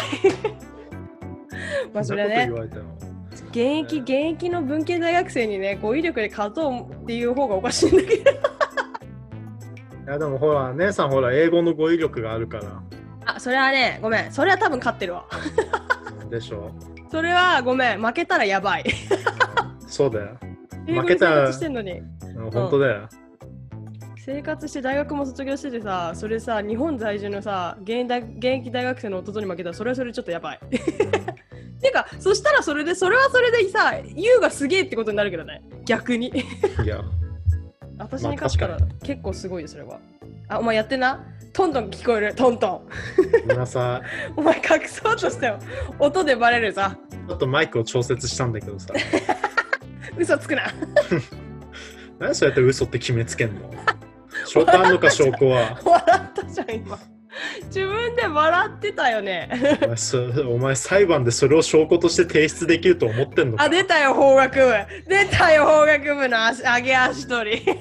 まあそれはね、現役現役の文系大学生にね、語彙力で勝とうっていう方がおかしいんだけど。いやでもほら、姉さんほら英語の語彙力があるから。 あ、それはね、ごめん、それは多分勝ってるわ。 でしょ。 それはごめん、負けたらやばい。 そうだよ。 負けたら。生活してんのに。 本当だよ。 生活して大学も卒業しててさ、それさ、日本在住のさ、現代現役大学生の弟に負けたらそれはそれちょっとやばい。てか、そしたらそれで、それはそれでさ、ユウがすげえってことになるけどね、逆に。 いや。 私に勝ったら結構すごいよ、それは。あ、お前やってんな。トントン聞こえる、トントン。 ごめんなさい。 お前隠そうとしたよ。音でバレるさ。 ちょっとマイクを調節したんだけどさ。 嘘つくな。 何そうやって嘘って決めつけんの？証拠あんのか、証拠は。 笑ったじゃん、今。 自分で笑ってたよね。 お前そお前裁判でそれを証拠として提出できると思ってんのか。 あ、出たよ法学部。出たよ法学部の足上げ足取り。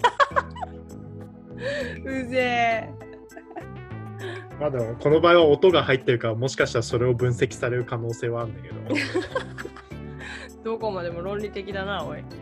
うぜえ。 まあでもこの場合は音が入ってるから、もしかしたらそれを分析される可能性はあるんだけど。 どこまでも論理的だな、おい。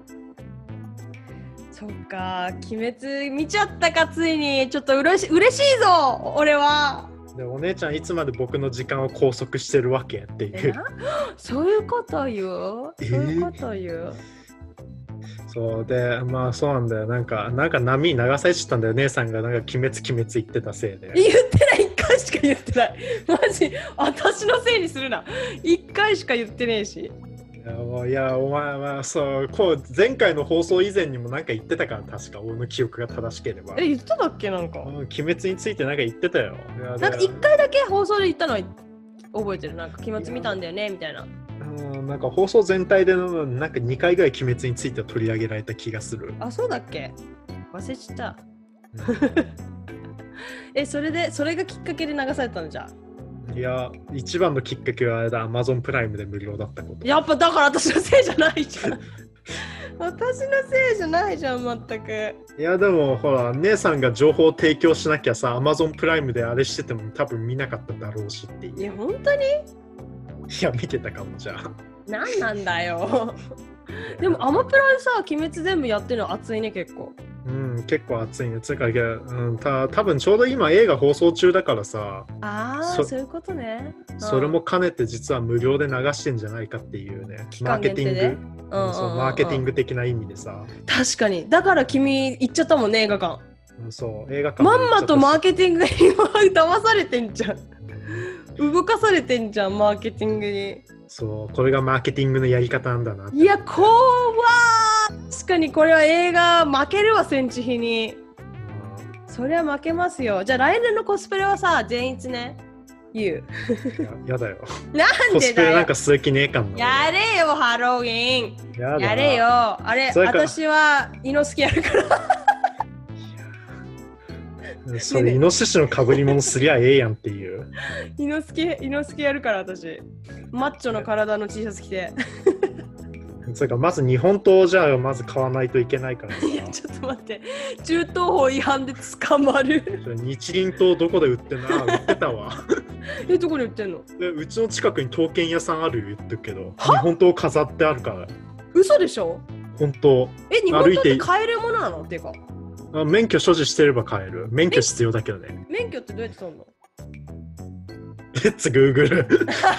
そっか、鬼滅見ちゃったか、ついに。ちょっとうれし嬉しいぞ、俺は。 でお姉ちゃんいつまで僕の時間を拘束してるわけっていう。 そういうこと言う、 えー、 そういうこと言う。 そうで、まあそうなんだよ。なんか、なんか波に流されちゃったんだよ。姉さんがなんか鬼滅鬼滅言ってたせいで。 言ってない、一回しか言ってない。マジ、私のせいにするな。一回しか言ってねえし。 いや、もういやお前はそうこう前回の放送以前にもなんか言ってたから、確か俺の記憶が正しければ。 え、言ってたっけ、なんか。 うん、鬼滅についてなんか言ってたよ。いやなんか一回だけ放送で言ったのは覚えてる。なんか鬼滅見たんだよねみたいな。 うん、なんか放送全体でのなんかにかいぐらい鬼滅について取り上げられた気がする。 あ、そうだっけ、忘れちゃった。え、それでそれがきっかけで流されたのじゃあ。 いや、一番のきっかけはあれだ、Amazon プライムで無料だったこと。 やっぱだから私のせいじゃないじゃん。私のせいじゃないじゃん、全く。 いや、でもほら、姉さんが情報を提供しなきゃさ、Amazon プライムであれしてても多分見なかっただろうしっていう。 いや、本当に？ いや、見てたかも、じゃあ。 何なんだよ。でもアマプラでさ、鬼滅全部やってるの熱いね、結構。 うん、結構熱いね。つうか、うん、た多分ちょうど今映画放送中だからさ。 ああ、 そ、 そういうことね。 それも兼ねて実は無料で流してんじゃないかっていうね。マーケティング、うん、そう、マーケティング的な意味でさ。 確かに。だから君行っちゃったもんね、映画館。 うん、そう、映画館。 まんまとマーケティングに騙されてんじゃん。動かされてんじゃん、マーケティングに。 そう、これがマーケティングのやり方なんだな。 いや、こわー。確かにこれは映画負けるわ、戦地比に。そりゃ負けますよ。じゃあ来年のコスプレはさ、全員ね、言う。 や, やだよ。 なんコスプレでだよ。 なんかする気ねえかんな。 やれよ、ハロウィン。 や, やれよ。あれ、私はイノスキやるから。 それイノシシの被り物すりゃええやんっていう。 イノスケ、イノスケやるから私。マッチョの体の T シャツ着て。 それかまず日本刀をじゃあまず買わないといけないからさ。 いやちょっと待って、銃刀法違反で捕まる。 日輪刀どこで売ってんの？あ、売ってたわ。 え、どこで売ってんの？ でうちの近くに刀剣屋さんあるよ、言ってるけど。日本刀飾ってあるから。 嘘でしょ？ 本当。 え、日本刀って買えるものなのっていうか。 あ、免許所持してれば買える。免許必要だけどね。 免許ってどうやって取るの？ レッツグーグル。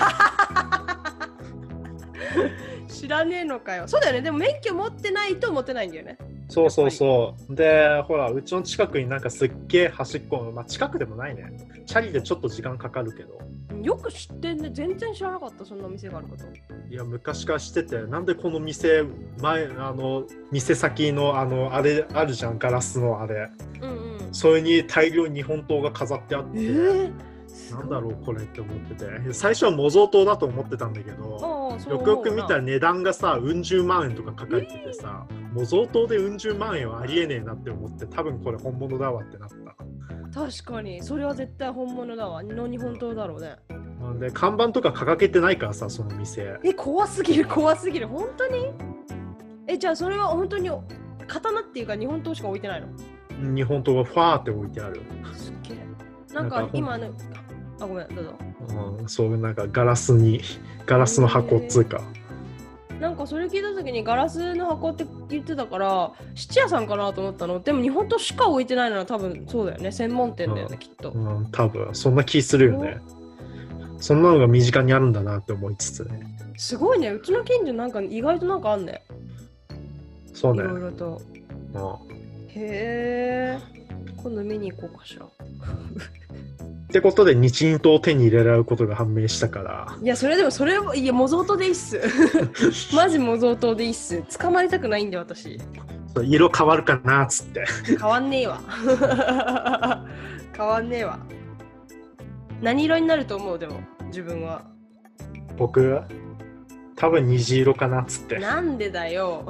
知らねえのかよ。そうだよね。でも免許持ってないと持てないんだよね。 そうそうそう。で、ほら、うちの近くになんかすっげえ端っこの、まあ近くでもないね。チャリでちょっと時間かかるけど。 よく知ってんね。全然知らなかった、そんな店があること。 いや、昔から知ってて、なんでこの店、前、あの、店先の、あの、あれ、あるじゃん、ガラスのあれ。 うんうん。 それに大量に日本刀が飾ってあって、 えー、 なんだろうこれって思ってて、最初は模造刀だと思ってたんだけど、よくよく見たら値段がさ、うん十万円とか書かれててさ、えー、模造刀でうん十万円はありえねえなって思って、多分これ本物だわってなった。 確かに、それは絶対本物だわ。の日本刀だろうね。 で、看板とか掲げてないからさ、その店。 え、怖すぎる、怖すぎる。本当に？え、じゃあそれは本当に刀っていうか日本刀しか置いてないの？ 日本刀がファーって置いてある。 すっげえ。なんか今の、あ、ごめん、どうぞ。 うん、そういうなんかガラスに、ガラスの箱っつうか。 なんかそれ聞いた時にガラスの箱って言ってたから質屋さんかなと思ったの。でも日本刀しか置いてないのは多分そうだよね。専門店だよね、うん、きっと。 うん、多分そんな気するよね。そんなのが身近にあるんだなって思いつつね。 すごいね。うちの近所なんか意外となんかあんね。 そうね。 いろいろと。 うん、 へえ。今度見に行こうかしら。 ってことで日輪刀を手に入れられることが判明したから。 いや、それでもそれいや模造刀でいいっす。マジ模造刀でいいっす。捕まりたくないんで私。 色変わるかなっつって。 変わんねえわ。変わんねえわ。何色になると思う？でも自分は。 僕多分虹色かなっつって。 なんでだよ。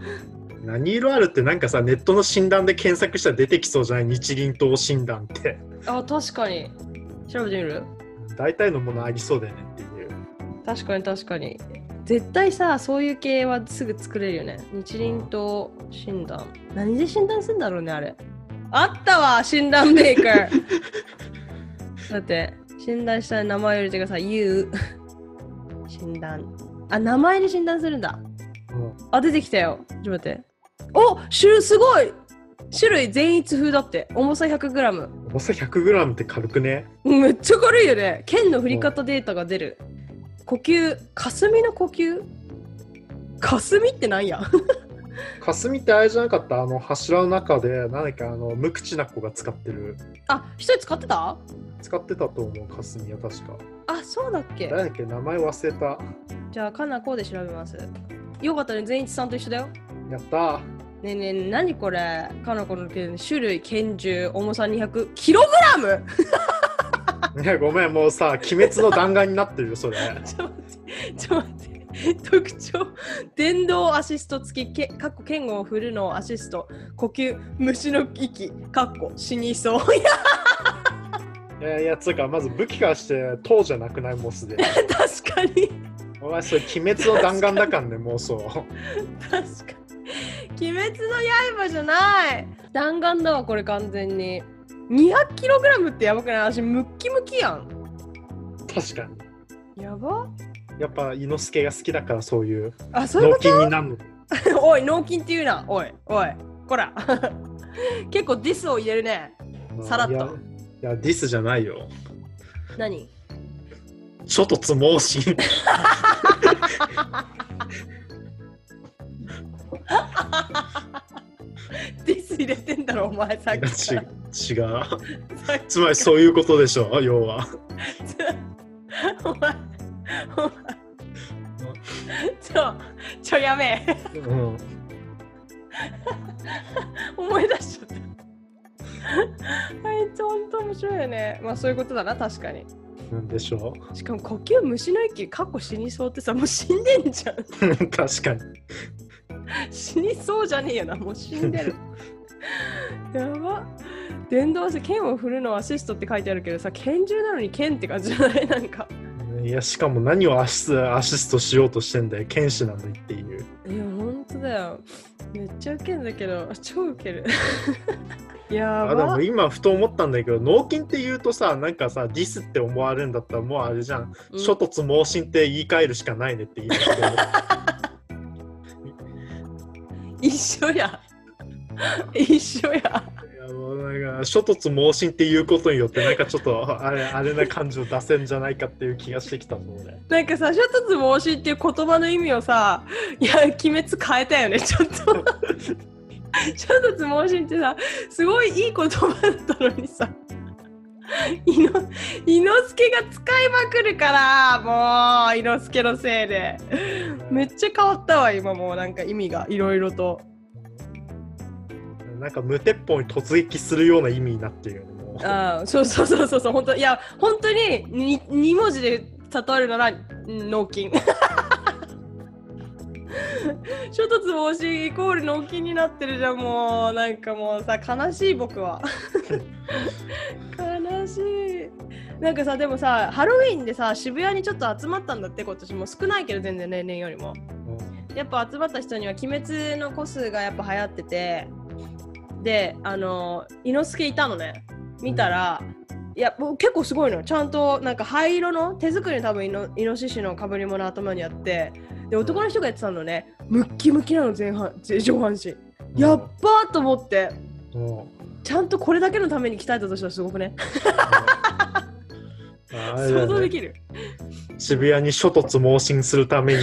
何色あるってなんかさ、ネットの診断で検索したら出てきそうじゃない？日輪刀診断って。 あ、確かに。調べてみる？ 大体のものありそうだよねっていう。 確かに確かに。絶対さ、そういう系はすぐ作れるよね。日輪と診断。何で診断するんだろうね、あれ。あったわ、診断メーカー。だって、診断したら名前を入れてください。You 診断。あ、名前で診断するんだ。 うん、 あ、出てきたよ。ちょっと待って。お、種類すごい。種類全一風だって。重さ ひゃくグラム。 重さ ひゃくグラム って軽くね。 めっちゃ軽いよね。剣の振り方データが出る。呼吸、霞の呼吸？霞ってなんや？ 霞ってあれじゃなかった？あの柱の中で何かあの無口な子が使ってる。 あ、一人使ってた？ 使ってたと思う、霞は確か。 あ、そうだっけ？ 誰だっけ、名前忘れた。 じゃあ、かなこで調べます。よかったね、善一さんと一緒だよ。 やったー。 ねえねえ、何これ？かなこの剣、種類、拳銃、重さにひゃくキログラム？ いや、ごめん、もうさ、鬼滅の弾丸になってるよ、それ。 ちょっと待って、ちょっと待って。特徴、電動アシスト付き、けかっこ剣を振るのをアシスト、呼吸、虫の息、かっこ死にそう。いやいやいや、つうか、まず武器からして塔じゃなくない？もうすでに。 確かに。 お前、それ鬼滅の弾丸だからね、もうそう。 確かに。鬼滅の刃じゃない。弾丸だわ、これ完全に。にひゃくキログラムってやばくない？私、ムッキムキやん。 確かに。やば？ やっぱ、伊之助が好きだから、そういう。 あ、そういうこと？ 脳筋になるの。 おい、脳筋って言うな。おい、おい、こら。結構ディスを入れるね。さらっと。 いや、いやディスじゃないよ。 何？ 諸突猛進。 ディス入れてんだろ、お前さっきから。 違う。つまりそういうことでしょ、要は。 お前、お前。ちょ、ちょやめ。うん、思い出しちゃった。あいつほんと面白いよね。まあそういうことだな、確かに。 なんでしょう。しかも呼吸、虫の息、過去死にそうってさ、もう死んでんじゃん。 確かに。 死にそうじゃねえよな、もう死んでる。やば。電動で剣を振るのアシストって書いてあるけどさ、拳銃なのに剣って感じじゃない？なんか。 いや、しかも何をアシス、アシストしようとしてんだよ、剣士なのにっていう。 いや、ほんとだよ。めっちゃウケんだけど、超ウケる。やば。 あ、でも今ふと思ったんだけど、脳筋って言うとさ、なんかさ、ディスって思われるんだったらもうあれじゃん。うん、諸突猛進って言い換えるしかないねって言いますけど。 一緒や。一緒や。 なんか諸突猛進っていうことによってなんかちょっとあれあれな感じを出せんじゃないかっていう気がしてきたので、 なんかさ、諸突猛進っていう言葉の意味をさ、いや鬼滅変えたよね、ちょっと。諸突猛進ってさ、すごいいい言葉だったのにさ、伊之助が使いまくるから、もう伊之助のせいでめっちゃ変わったわ今。もうなんか意味がいろいろと。 なんか無鉄砲に突撃するような意味になってるよね。もうああ、そうそうそうそうそう、本当いや本当に に, に文字で例えるなら脳筋。諸突猛進イコール脳筋になってるじゃん。もうなんかもうさ、悲しい僕は。悲しい。なんかさ、でもさ、ハロウィーンでさ、渋谷にちょっと集まったんだって。今年も少ないけど全然例年よりも、うん、やっぱ集まった人には鬼滅のコスがやっぱ流行ってて、で、あの伊之助いたのね。見たら、うん、いやもう結構すごいのよ。ちゃんとなんか灰色の手作りの多分イノイノシシの被り物頭にあって、で男の人がやってたのね、ムッキムキなの前半上半身、うん、やっばーと思って、うん、ちゃんとこれだけのために鍛えたとしたらすごくね。うん、想像できる。 渋谷に諸突猛進するために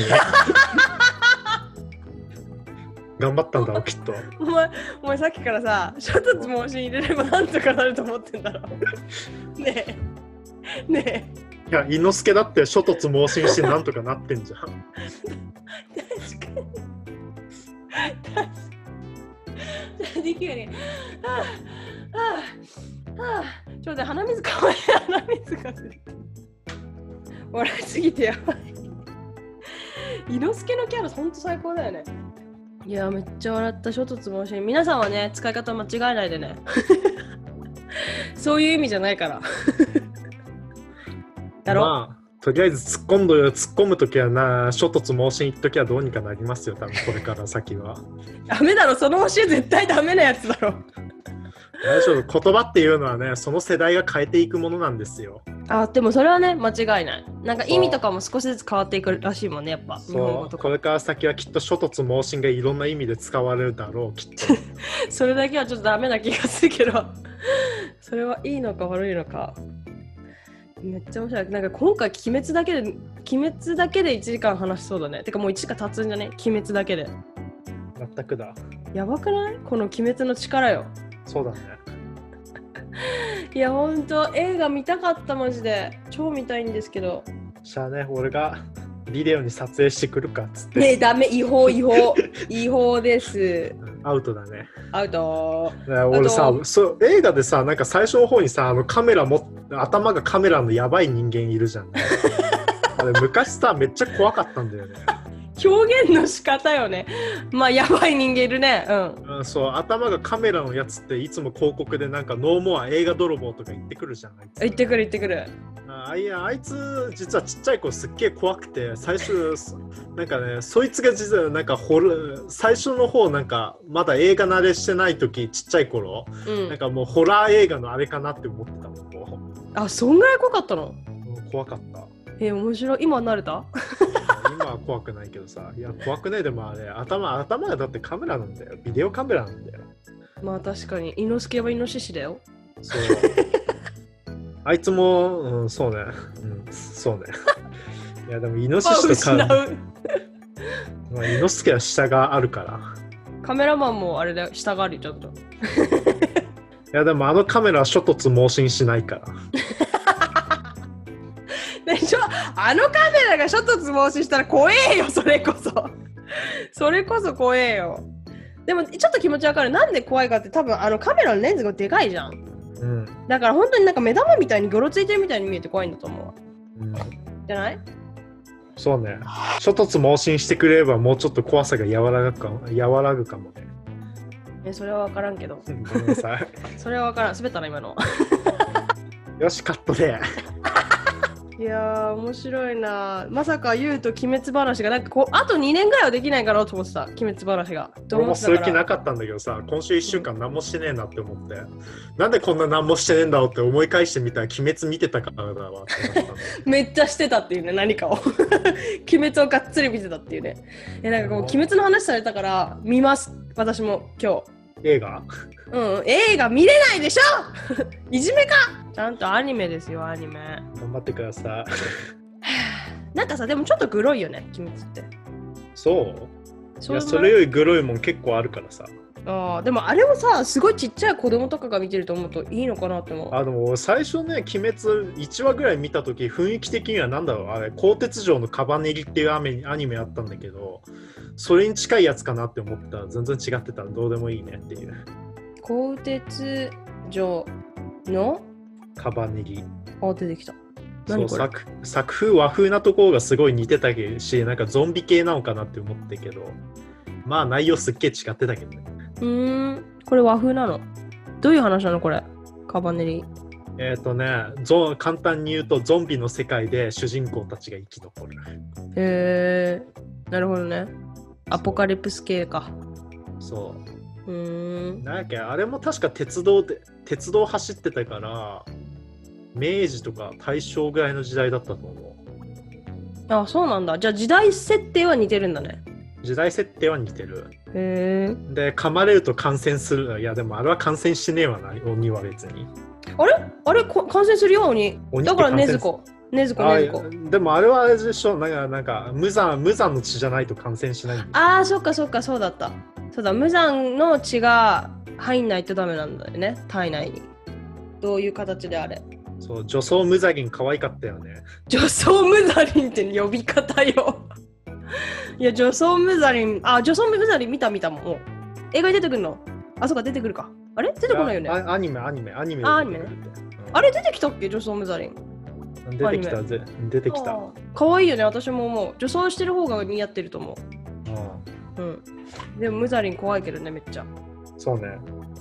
頑張ったんだろうきっと。 お前、お前さっきからさ、諸突猛進入れればなんとかなると思ってんだろ。ねえねえ。 いや、伊之助だって諸突猛進してなんとかなってんじゃん。確かに。確かに。できるね。はあ、はあ、はあ。ちょっと鼻水かわいい。鼻水が出て。笑いすぎてやばい。伊之助のキャラほんと最高だよね。いや、めっちゃ笑った。諸突猛進。皆さんはね、使い方間違えないでね。 そういう意味じゃないから。だろ、 まあ、とりあえず突っ込んど突っ込むときはな、諸突猛進言っときはどうにかなりますよ、多分これから先は。 ダメだろ、その教え絶対ダメなやつだろ。 大丈夫、言葉っていうのはね、その世代が変えていくものなんですよ。 あ、でもそれはね、間違いない。なんか意味とかも少しずつ変わっていくらしいもんね、やっぱ。日本語そう、 とかこれから先はきっと諸突猛進がいろんな意味で使われるだろう、きっと。 それだけはちょっとダメな気がするけど、それはいいのか悪いのか。めっちゃ面白い。なんか今回、鬼滅だけで、鬼滅だけでいちじかん話しそうだね。てかもういちじかん経つんじゃね、鬼滅だけで。 全くだ。 やばくない？この鬼滅の力よ。 そうだね。 いや、ほんと、映画見たかった、マジで。超見たいんですけど。 じゃあね、俺がビデオに撮影してくるかっつって。 ねえ、ダメ、違法、違法。違法です。 アウトだね。 アウト。 ね俺さアウトそう、映画でさ、なんか最初の方にさ、あのカメラも頭がカメラのやばい人間いるじゃん、ね。あれ昔さ、めっちゃ怖かったんだよね。 表現の仕方よね。まあ、やばい人間いるね。うん。 うん、そう、頭がカメラのやつっていつも広告でなんかノーモア映画泥棒とか言ってくるじゃん。あいつ行ってくる行ってくる。 あいやあいつ実はちっちゃい子すっげえ怖くて、最初そなんかね、そいつが実はなんかホラ最初の方なんかまだ映画慣れしてない時、ちっちゃい頃、 うん、 なんかもうホラー映画のあれかなって思ってたもん。もうあ、そんぐらい怖かったの？ うん怖かった。 え、面白い。今慣れた？ 今は怖くないけどさ、いや怖くないでもあれ頭頭がだってカメラなんだよ、ビデオカメラなんだよ。 まあ確かにイノスケはイノシシだよ。 そうあいつも、うん、そうね、うん、そうね。いやでもイノシシとか、まあ、イノスケは下があるから。 カメラマンもあれだよ、下があるよちょっと。いやでもあのカメラは諸突猛進しないから。 でしょ、あのカメラがちょっとつぼ押ししたら怖えよ、それこそ。それこそ怖えよ。でもちょっと気持ちわかる。なんで怖いかって、多分あのカメラのレンズがでかいじゃん。 うん、 だから本当になんか目玉みたいにゴロついてるみたいに見えて怖いんだと思う。 うん、 じゃない？ そうね。諸突猛進してくれればもうちょっと怖さが和らぐかも、和らぐかもね。 え、それはわからんけど。 ごめんなさい。 それはわからん。滑ったな今の。 よしカットで。 いやー面白いな。まさか言うと鬼滅話がなんかこうあとにねんぐらいはできないかなと思ってた。鬼滅話が。 俺もする気なかったんだけどさ、今週いっしゅうかん何もしてねえなって思って、うん、なんでこんな何もしてねえんだろうって思い返してみたら鬼滅見てたからだわって思った。 めっちゃしてたっていうね、何かを。鬼滅をがっつり見てたっていうね。え、なんかこう鬼滅の話されたから見ます。私も今日。 映画？ うん、映画見れないでしょ。いじめか。ちゃんとアニメですよ、アニメ。 頑張ってください。 なんかさ、でもちょっとグロいよね、鬼滅って。 そう？ そういや、それよりグロいもん結構あるからさ。 ああ、でもあれをさ、すごいちっちゃい子供とかが見てると思うといいのかなって思う。 あ、でも最初ね、鬼滅いちわぐらい見たとき、雰囲気的にはなんだろう、あれ、鋼鉄城のカバネリっていうアニメあったんだけど、それに近いやつかなって思ったら全然違ってたらどうでもいいねっていう。 鋼鉄城のカバネリ。 あ、出てきた。 そう作作風和風なところがすごい似てたし、なんかゾンビ系なのかなって思ったけど、まあ内容すっげえ違ってたけどね。 うーん、これ和風なの？どういう話なのこれ？カバネリ。 えっ、ー、とねゾ、簡単に言うとゾンビの世界で主人公たちが生き残る。 へえー、なるほどね。アポカリプス系か。 そう。 うーん。 なんだっけ、あれも確か鉄道で鉄道走ってたから、明治とか大正ぐらいの時代だったと思う。 あ、そうなんだ。じゃあ時代設定は似てるんだね。 時代設定は似てる。 へえ。 で、噛まれると感染する。いや、でもあれは感染してねえわな、鬼は別に。 あれあれこ感染するよ、鬼。 鬼だからねずこ。ねずこ、ねずこ。 でもあれはあれでしょ、なんか、なんか無残、無残の血じゃないと感染しないんだ。 ああ、そっかそっか、そうだった。そうだ、無残の血が入んないとダメなんだよね、体内に。どういう形であれ。 そう、女装ムザリン可愛かったよね。 女装ムザリンって呼び方よ。いや、女装ムザリン、あ、女装ムザリン見た見たもん。もう映画に出てくるの？あ、そっか、出てくるか。あれ出てこないよね。 アニメ、アニメ、アニメ。 あ、アニメね。あれ出てきたっけ、女装ムザリン。 出てきた、ぜ出てきた。 可愛いよね、私も思う。女装してる方が似合ってると思う。 ああ、 うん。でもムザリン怖いけどね、めっちゃ。 そうね。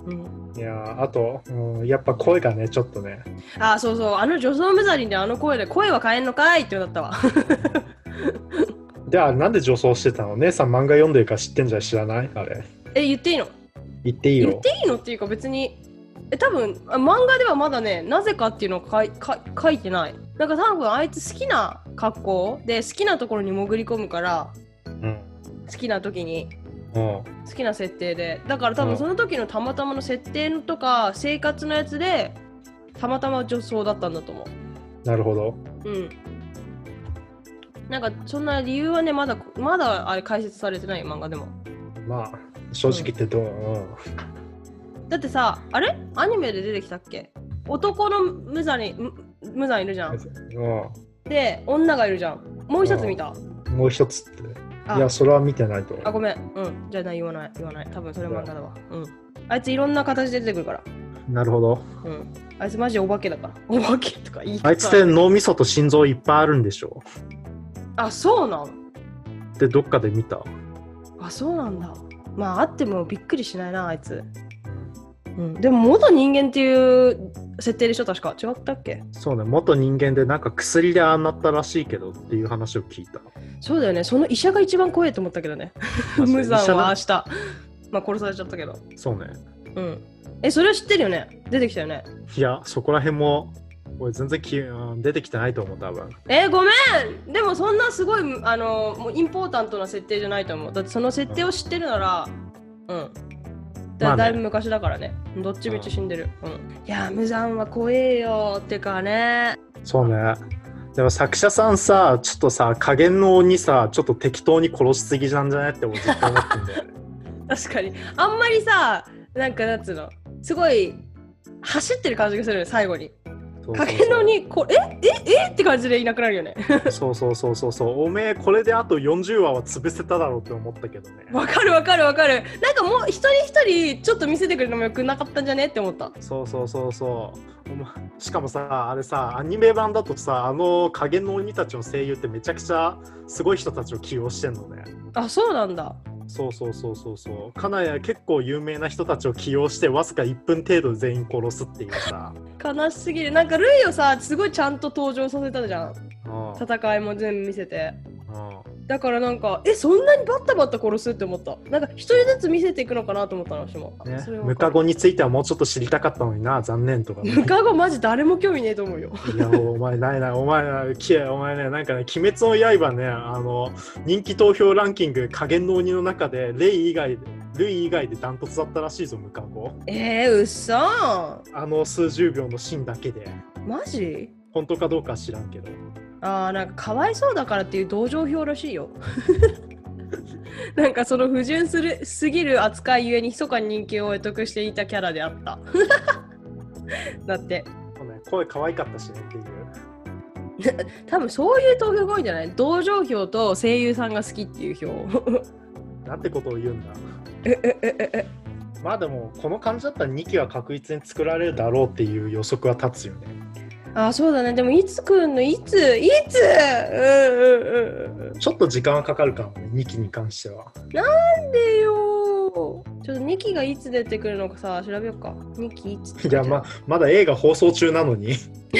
うん、 いやあと、うん、やっぱ声がねちょっとね。 あそうそう、あの女装ムザリンであの声で声は変えんのかいってなったわ。 じゃあなんで女装してたの？姉さん漫画読んでるから知ってんじゃん。知らない？あれえ言っていいの？ 言っていいよ。 言っていいのっていうか別にえ多分漫画ではまだねなぜかっていうのをかいか書いてない。なんか多分あいつ好きな格好で好きなところに潜り込むから、 うん、 好きな時に、 うん、 好きな設定でだから多分その時のたまたまの設定のとか生活のやつでたまたま女装だったんだと思う。 なるほど。 うん。なんかそんな理由はねまだまだあれ解説されてない漫画でも。 まあ正直言ってどう、うんうん、だってさあれアニメで出てきたっけ？男の無残に無残いるじゃん。うん、で女がいるじゃん。もう一つ見た？もう一つって。いやそれは見てないと。 あごめん。うんじゃあ言わない言わない。多分それ漫画だわ。うん。あいついろんな形で出てくるから。 なるほど。 うん。あいつマジお化けだから。お化けとかいい。 あいつって脳みそと心臓いっぱいあるんでしょ？ あそうなん？ でどっかで見た？ あそうなんだ。まああってもびっくりしないなあいつ。うん、でも元人間っていう設定でしょ確か。違ったっけ？ そうね元人間でなんか薬でああなったらしいけどっていう話を聞いた。 そうだよね。その医者が一番怖いと思ったけどね。無残は明日まあ殺されちゃったけど。 そうね。 うんえそれは知ってるよね。出てきたよね。 いやそこら辺も俺全然き出てきてないと思う多分。 えー、ごめん。でもそんなすごいあのもうインポータントな設定じゃないと思う。だってその設定を知ってるならうんだ, だいぶ昔だからね。どっちみち死んでる。うん。いや無残は怖えよってかね。 そうね。でも作者さんさちょっとさ加減の鬼さちょっと適当に殺しすぎなんじゃないって俺ずっと思ってんだよね。 確かにあんまりさなんかなんつうのすごい走ってる感じがするよ最後に。かけのにこえええって感じでいなくなるよね。 そうそうそうそうそうおめえこれであとよんじゅうわは潰せただろうって思ったけどね。 わかるわかるわかる。なんかもう一人一人ちょっと見せてくれるのもよくなかったんじゃねって思った。 そうそうそうそうしかもさあれさアニメ版だとさあの加減の鬼たちの声優ってめちゃくちゃすごい人たちを起用してんのね。 あそうなんだ。 そうそうそうそうそうかなり結構有名な人たちを起用してわずかいっぷん程度で全員殺すっていうさ悲しすぎる。なんかルイをさすごいちゃんと登場させたじゃん。戦いも全部見せてだからなんかえそんなにバッタバッタ殺すって思った。なんか一人ずつ見せていくのかなと思ったの私も、 ね、ムカゴについてはもうちょっと知りたかったのにな残念とか、ね、 ムカゴマジ誰も興味ねえと思うよ。 いやお前ないないお前お前ねなんかね鬼滅の刃ねあの人気投票ランキング加減の鬼の中でレイ以外でルイ以外でダントツだったらしいぞムカゴ。 えー、うっそー。 あの数十秒のシーンだけで。 マジ？ 本当かどうかは知らんけど。 あーなんかかわいそうだからっていう同情票らしいよ。なんかその不純するすぎる扱いゆえに密かに人気を得得していたキャラであった。だって、ね、 声可愛かったしねっていう。 多分そういう投票が多いんじゃない？同情票と声優さんが好きっていう票。 なんてことを言うんだ。まあでもこの感じだったらにきは確実に作られるだろうっていう予測は立つよね。 あ、そうだね。でもいつ来るの？いついつ、うんうんうん、 ちょっと時間はかかるかもねにきに関しては。 なんでよ。ちょっとにきがいつ出てくるのかさ調べようか。にきいつ？ いや ま, まだ映画放送中なのに。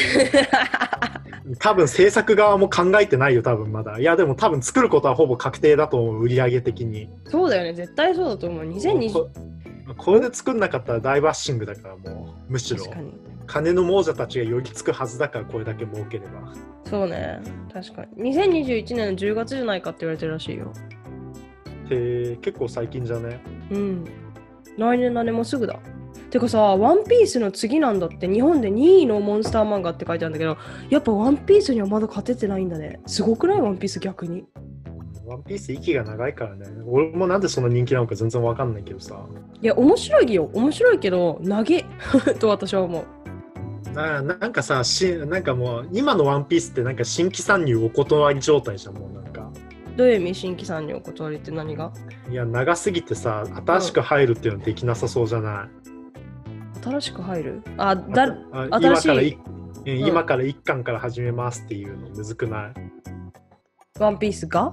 多分制作側も考えてないよ多分まだ。いやでも多分作ることはほぼ確定だと思う売り上げ的に。 そうだよね絶対そうだと思う。にせんにじゅうこ, これで作んなかったら大バッシングだからもうむしろ金の亡者たちがよりつくはずだからこれだけ儲ければ。 そうね確かににせんにじゅういちねんのじゅうがつじゃないかって言われてるらしいよ。 へえ結構最近じゃね。 うん来年だねもうすぐだ。てかさワンピースの次なんだって。日本でにいのモンスター漫画って書いてあるんだけどやっぱワンピースにはまだ勝ててないんだね。すごくない？ワンピース逆に。 ワンピース息が長いからね。俺もなんでそんな人気なのか全然わかんないけどさ。 いや面白いよ面白いけど長いと私は思う。 な, なんかさしなんかもう今のワンピースってなんか新規参入お断り状態じゃんもうなんか。 どういう意味新規参入お断りって何が？ いや長すぎてさ新しく入るっていうのはできなさそうじゃない？ うん、新しく入る？あだあ新しい今からい、うん、今からいっかんから始めますっていうのむずくない？ ワンピースが？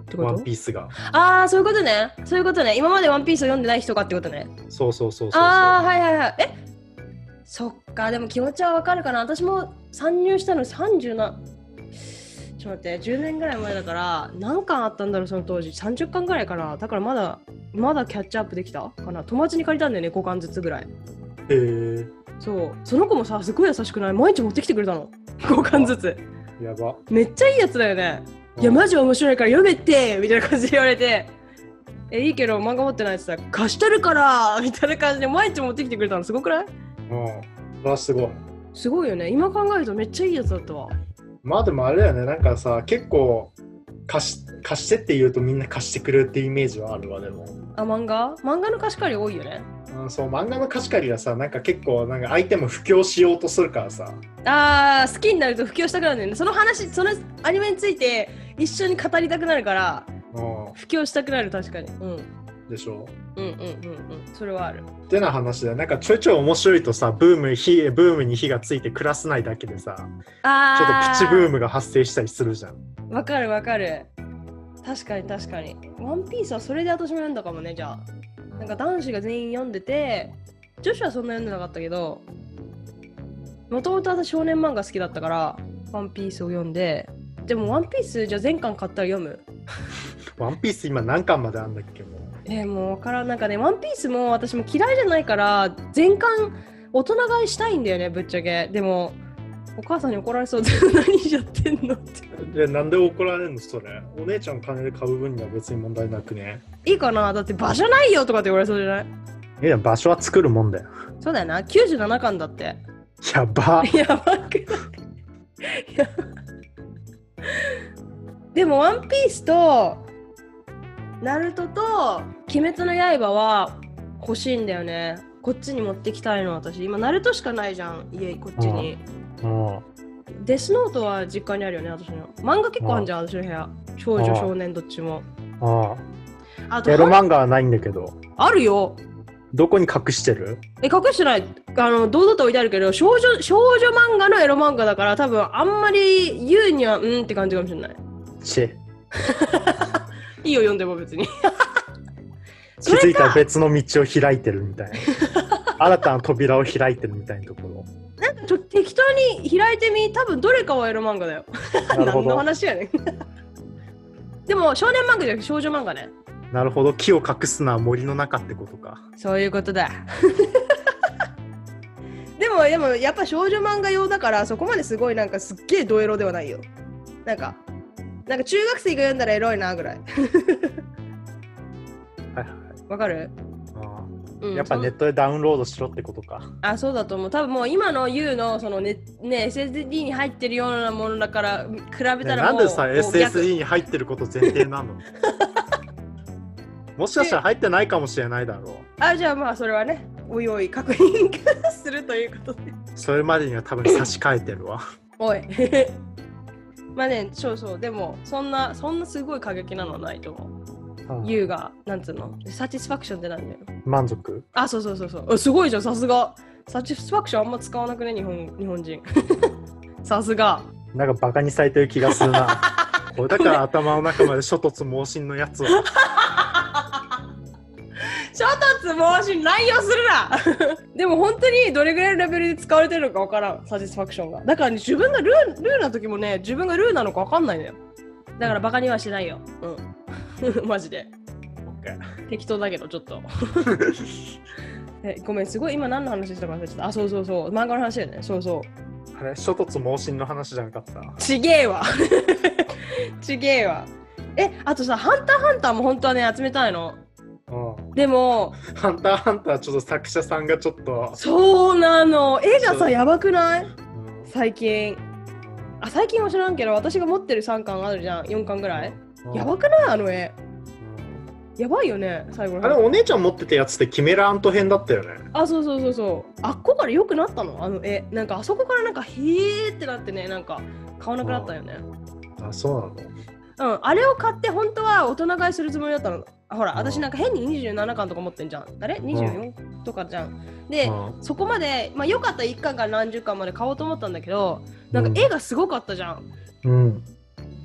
てことワンピースが。 ああ、そういうことね。そういうことね。今までワンピースを読んでない人かってことね。 そうそうそうそうそう。 ああ、はいはいはい。えそっか、でも気持ちはわかるかな。私も参入したのさんじゅうな、ちょっと待って、じゅうねんぐらい前だから、何巻あったんだろう、その当時。さんじゅっかんぐらいかな。だからまだ、まだキャッチアップできたかな。友達に借りたんだよね、ごかんずつぐらい。 へえ。 そう。その子もさ、すごい優しくない？毎日持ってきてくれたの。ごかんずつ。 やば。 めっちゃいいやつだよね。いや、マジ面白いから読めってみたいな感じで言われて、え、いいけど漫画持ってないってさ、貸してるからみたいな感じで毎日持ってきてくれたの。すごくない？ うん。それはすごい。 すごいよね。今考えるとめっちゃいいやつだったわ。まあでもあれだよね、なんかさ、結構貸し、貸してって言うとみんな貸してくれるってイメージはあるわ、でも。 あ、漫画漫画の貸し借り多いよね。 うん、そう、漫画の貸し借りがさ、なんか結構なんか相手も布教しようとするからさ。 あー、好きになると布教したくなるんだよね。その話、そのアニメについて一緒に語りたくなるから、 うん、 布教したくなる、確かに。うん。 でしょ。 うんうんうんうん。それはある。 ってな話で、なんかちょいちょい面白いとさ、ブーム、火、ブームに火がついてクラス内だけでさ、 あちょっとプチブームが発生したりするじゃん。 わかるわかる。確かに確かに。ワンピースはそれで私も読んだかもね、じゃあ。なんか男子が全員読んでて、女子はそんな読んでなかったけど、もともと私少年漫画好きだったから、ワンピースを読んで、でもワンピースじゃあ全巻買ったら読む？ ワンピース今何巻まであんだっけもう。 えー、もうわからん。なんかね、ワンピースも私も嫌いじゃないから、全巻大人買いしたいんだよね、ぶっちゃけ。でも、お母さんに怒られそうで何しちゃってんのって。 で、なんで怒られるのそれ？お姉ちゃん金で買う分には別に問題なくね。 いいかな？だって場所ないよとかって言われそうじゃない？ いや、場所は作るもんだよ。 そうだよな、きゅうじゅうななかんだって。 やば。 やばくない？やでも、ワンピースと、ナルトと、鬼滅の刃は欲しいんだよね。こっちに持ってきたいの、私。今、ナルトしかないじゃん、家、こっちに。 うんデスノートは実家にあるよね、私の。漫画結構あるじゃん、私の部屋。少女、少年、どっちも。 ああとエロ漫画はないんだけど。 あるよ。 どこに隠してる？ え、隠してない。あの、堂々と置いてあるけど、少女、少女漫画のエロ漫画だから、多分あんまり言うには、うんって感じかもしれない。 チェ。 いいよ、読んでも別に。 気づいたら別の道を開いてるみたいな。新たな扉を開いてるみたいなところ。 なんかちょっと適当に開いてみ、多分どれかはエロ漫画だよ。 なるほど。 何の話やねん。でも少年漫画じゃなくて少女漫画ね。 なるほど。木を隠すのは森の中ってことか。 そういうことだ。でもでもやっぱ少女漫画用だからそこまですごいなんかすっげえドエロではないよ。なんかなんか中学生が読んだらエロいなぐらい。 はいはい。 わかる？ あうん、 やっぱネットでダウンロードしろってことか。 あ、そうだと思う。多分もう今の ユー のそのね、ね エスエスディー に入ってるようなものだから比べたらもう、ね、 なんでさ エスエスディー に入ってること前提なの？もしかしたら入ってないかもしれないだろう。 あ、じゃあまあそれはね、おいおい確認するということで。 それまでには多分差し替えてるわ。 おい。まあね、そうそう。でもそんなそんなすごい過激なのはないと思う。ユーがなんつうのサティスファクションってなんだよ。 満足？あ、 そうそうそうそう。すごいじゃん、さすが。サティスファクションあんま使わなくね、日本日本人。さすが。 なんかバカにされてる気がするな。これだから頭の中まで諸突猛進のやつを。 諸突猛進乱用するな。でも本当にどれぐらいのレベルで使われてるのかわからん、サティスファクションが。だから、ね、自分がルールーな時もね、自分がルーなのかわかんないのよ。だからバカにはしないよ。うん。マジで。 Okay. 適当だけど、ちょっと。えごめん、すごい今何の話したか忘れちゃった。あ、そうそうそう。漫画の話だよね。そうそう。 あれ、諸突猛進の話じゃなかった？ ちげえわ。ちげえわ。え、あとさ、ハンターハンターも本当はね、集めたいの。 うん、 でも、 ハンターハンターちょっと作者さんがちょっと。 そうなの。絵がさ、やばくない？ うん、 最近。あ、最近は知らんけど、私が持ってるさんかんあるじゃん。よんかんぐらい。うん、やばくない？あの絵。やばいよね、最後の。 あれ、お姉ちゃん持ってたやつってキメラアント編だったよね。 あ、そうそうそうそう。あっこから良くなったの？あの絵。なんかあそこからなんか、へーってなってね、なんか買わなくなったよね。 あ、そうなの？うん、あれを買って本当は大人買いするつもりだったの。ほら、私なんか変ににじゅうななかんとか持ってんじゃん。あれ ?にじゅうよん とかじゃん。で、そこまで、まあよかったらいっかんから何十巻まで買おうと思ったんだけど、なんか絵がすごかったじゃん。 うん。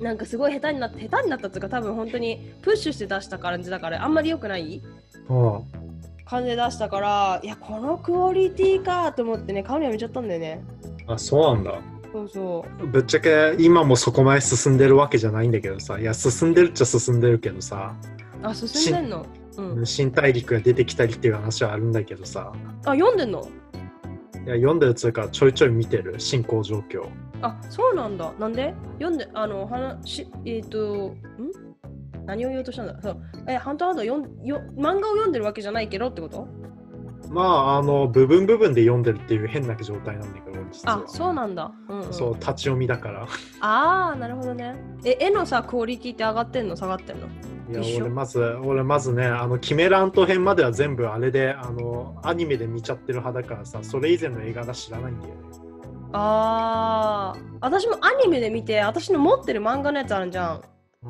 なんかすごい下手になって下手になったっていうか多分本当にプッシュして出した感じだからあんまり良くないうん感じで出したからいやこのクオリティかと思ってね買うのやめちゃったんだよね。 あ、そうなんだ。 そうそうぶっちゃけ今もそこまで進んでるわけじゃないんだけどさ、いや進んでるっちゃ進んでるけどさ、 あ進んでんの、うん、 新大陸が出てきたりっていう話はあるんだけどさ、 あ読んでんの。 いや読んでるっつうかちょいちょい見てる進行状況。 あそうなんだ。なんで読んであの話えっ、ー、とん何を言おうとしたんだ。そうえハンターハンター読んよ漫画を読んでるわけじゃないけどってこと。 まああの部分部分で読んでるっていう変な状態なんだけど実は。 あそうなんだ、うんうん、 そう立ち読みだから。 ああなるほどね。え絵のさクオリティって上がってんの下がってんの。 いや俺まず俺まずねあのキメラント編までは全部あれであのアニメで見ちゃってる派だからさ、それ以前の映画が知らないんだよね。 あー私もアニメで見て私の持ってる漫画のやつあるじゃん、 うん、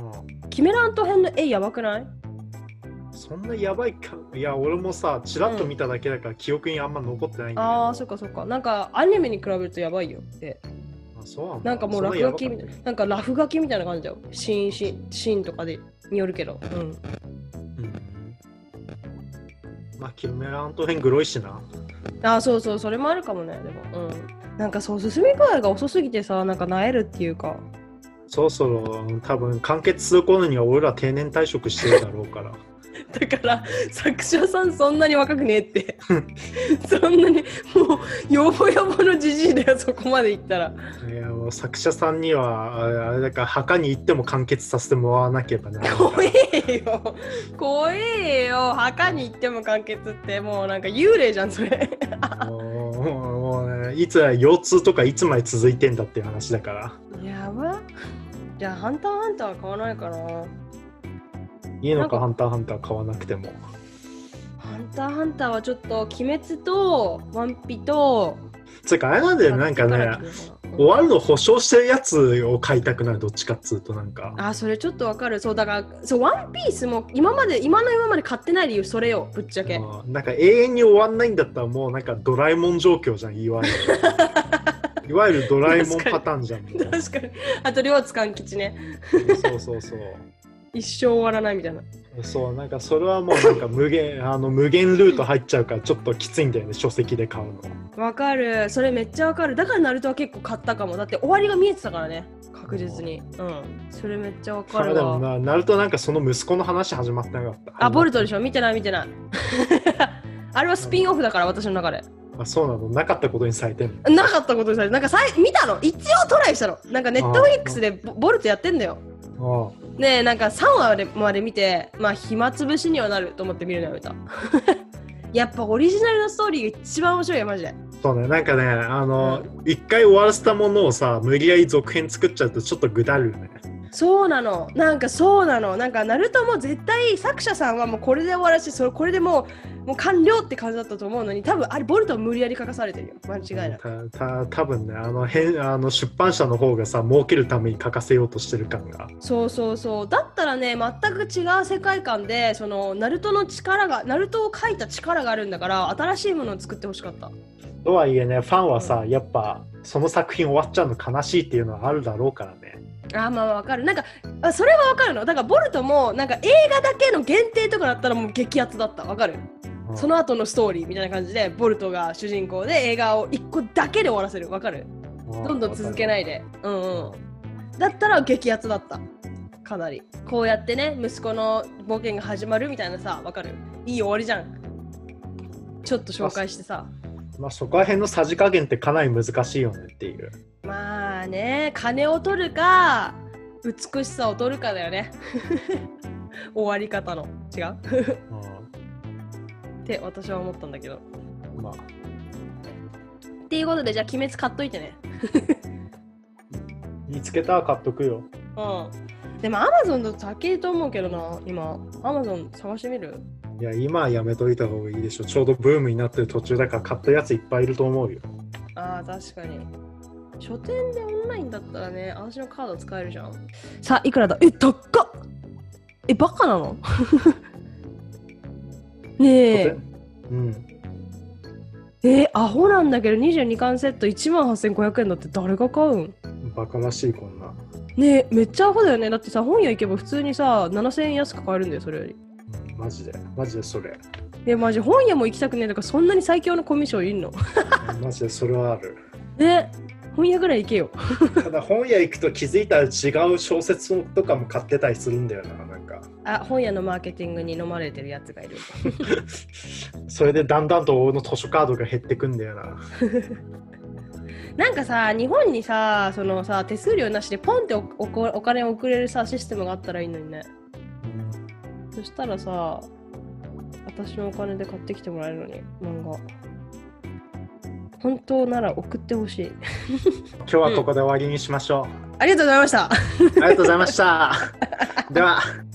キメラント編の絵やばくない？ そんなやばいか。いや俺もさチラッと見ただけだから記憶にあんま残ってないんだけど、うん、 ああそっかそっか。なんかアニメに比べるとやばいよ絵。 あそうなんだ。 なんかもう落書きみたいな、なんかラフ書きみたいな感じだよ。シーンシーンシーンとかでによるけど、うん、うん、 まあキメラント編グロいしな。 あそうそうそれもあるかもね。でもうんなんかそう進み具合が遅すぎてさなんか萎えるっていうか。 そろそろ多分完結する頃には俺ら定年退職してるだろうからだから作者さんそんなに若くねえってそんなにもうヨボヨボのじじいだよそこまでいったら。 いやもう作者さんにはあれだから墓に行っても完結させてもらわなければならない。 怖えよ怖えよ墓に行っても完結ってもうなんか幽霊じゃんそれもうもう、ね、いつ腰痛とかいつまで続いてんだっていう話だから。 やば。じゃあハンターハンターは買わないかな。 いいのかハンターハンター買わなくても。 ハンターハンターはちょっと鬼滅とワンピとつうかあれなんだよなんかね終わるの保証してるやつを買いたくなるどっちかっつうとなんか。 あそれちょっとわかる。そうだからそうワンピースも今まで今の今まで買ってない理由それよぶっちゃけ。 なんか永遠に終わんないんだったらもうなんかドラえもん状況じゃんいわゆるいわゆるドラえもんパターンじゃん。 確かに。確かにあと両津勘吉ねそうそうそう一生終わらないみたいな。 そうなんかそれはもうなんか無限あの無限ルート入っちゃうからちょっときついんだよね書籍で買うの。 わかるそれめっちゃわかる。だからナルトは結構買ったかも。だって終わりが見えてたからね確実に。うんそれめっちゃわかるわ。 でもなナルトなんかその息子の話始まってなかった。 あボルトでしょ。見てない見てないあれはスピンオフだから私の中で。 あそうなの。なかったことにされてんの。なかったことにされてなんかさい見たの一応トライしたの。なんかネットフリックスで ボ, ボルトやってんだよ。ああねえなんかさんわまで見てまあ暇つぶしにはなると思って見るのやめたやっぱオリジナルのストーリーが一番面白いよマジで。 そうねなんかねあの一、うん、回終わらせたものをさ無理やり続編作っちゃうとちょっとぐだるよね。 そうなのなんかそうなのなんかナルトも絶対作者さんはもうこれで終わらせてそれこれでもうもう完了って感じだったと思うのに多分あれボルトは無理やり書かされてるよ間違いなく。 たた多分ねあの変あの出版社の方がさ儲けるために書かせようとしてる感が。 そうそうそうだったらね全く違う世界観でそのナルトの力がナルトを書いた力があるんだから新しいものを作ってほしかった。 とはいえねファンはさ、うん、やっぱその作品終わっちゃうの悲しいっていうのはあるだろうからね。 あまあわかるなんかあそれはわかるの。だからボルトもなんか映画だけの限定とかだったらもう激アツだったわかる、うん、その後のストーリーみたいな感じでボルトが主人公で映画をいっこだけで終わらせるわかる、うん、どんどん続けないでうんうんだったら激アツだったかなり。こうやってね息子の冒険が始まるみたいなさわかるいい終わりじゃん。ちょっと紹介してさまあそこら辺のさじ加減ってかなり難しいよねっていう。 まあね金を取るか美しさを取るかだよね終わり方の違うって私は思ったんだけどまあっていうことでじゃあ鬼滅買っといてね見つけたら買っとくよ。 うんでもアマゾンだと高いと思うけどな今アマゾン探してみる。 いや今はやめといた方がいいでしょ。ちょうどブームになってる途中だから買ったやついっぱいいると思うよ。 ああ確かに書店でオンラインだったらね私のカード使えるじゃん。さあいくらだ。え高っえバカなのねえうんえー、アホなんだけどにじゅうにかんセットいちまんはっせんごひゃくえんだって誰が買うん。 バカらしいこんな。 ねえめっちゃアホだよね。だってさ本屋行けば普通にさななせんえん安く買えるんだよそれより。 マジでマジでそれ。 でマジ本屋も行きたくねえとかそんなに最強のコミュ障いんのマジでそれはある。 ね本屋ぐらい行けよ。 ただ本屋行くと気づいたら違う小説とかも買ってたりするんだよな。なんかあ本屋のマーケティングに飲まれてるやつがいる。 それでだんだんと俺の図書カードが減ってくんだよな。 なんかさ日本にさそのさ手数料なしでポンっておおお金を送れるさシステムがあったらいいのにね。そしたらさ私のお金で買ってきてもらえるのに漫画本当なら送ってほしい。 今日はここで終わりにしましょう。 ありがとうございました。 ありがとうございました。では。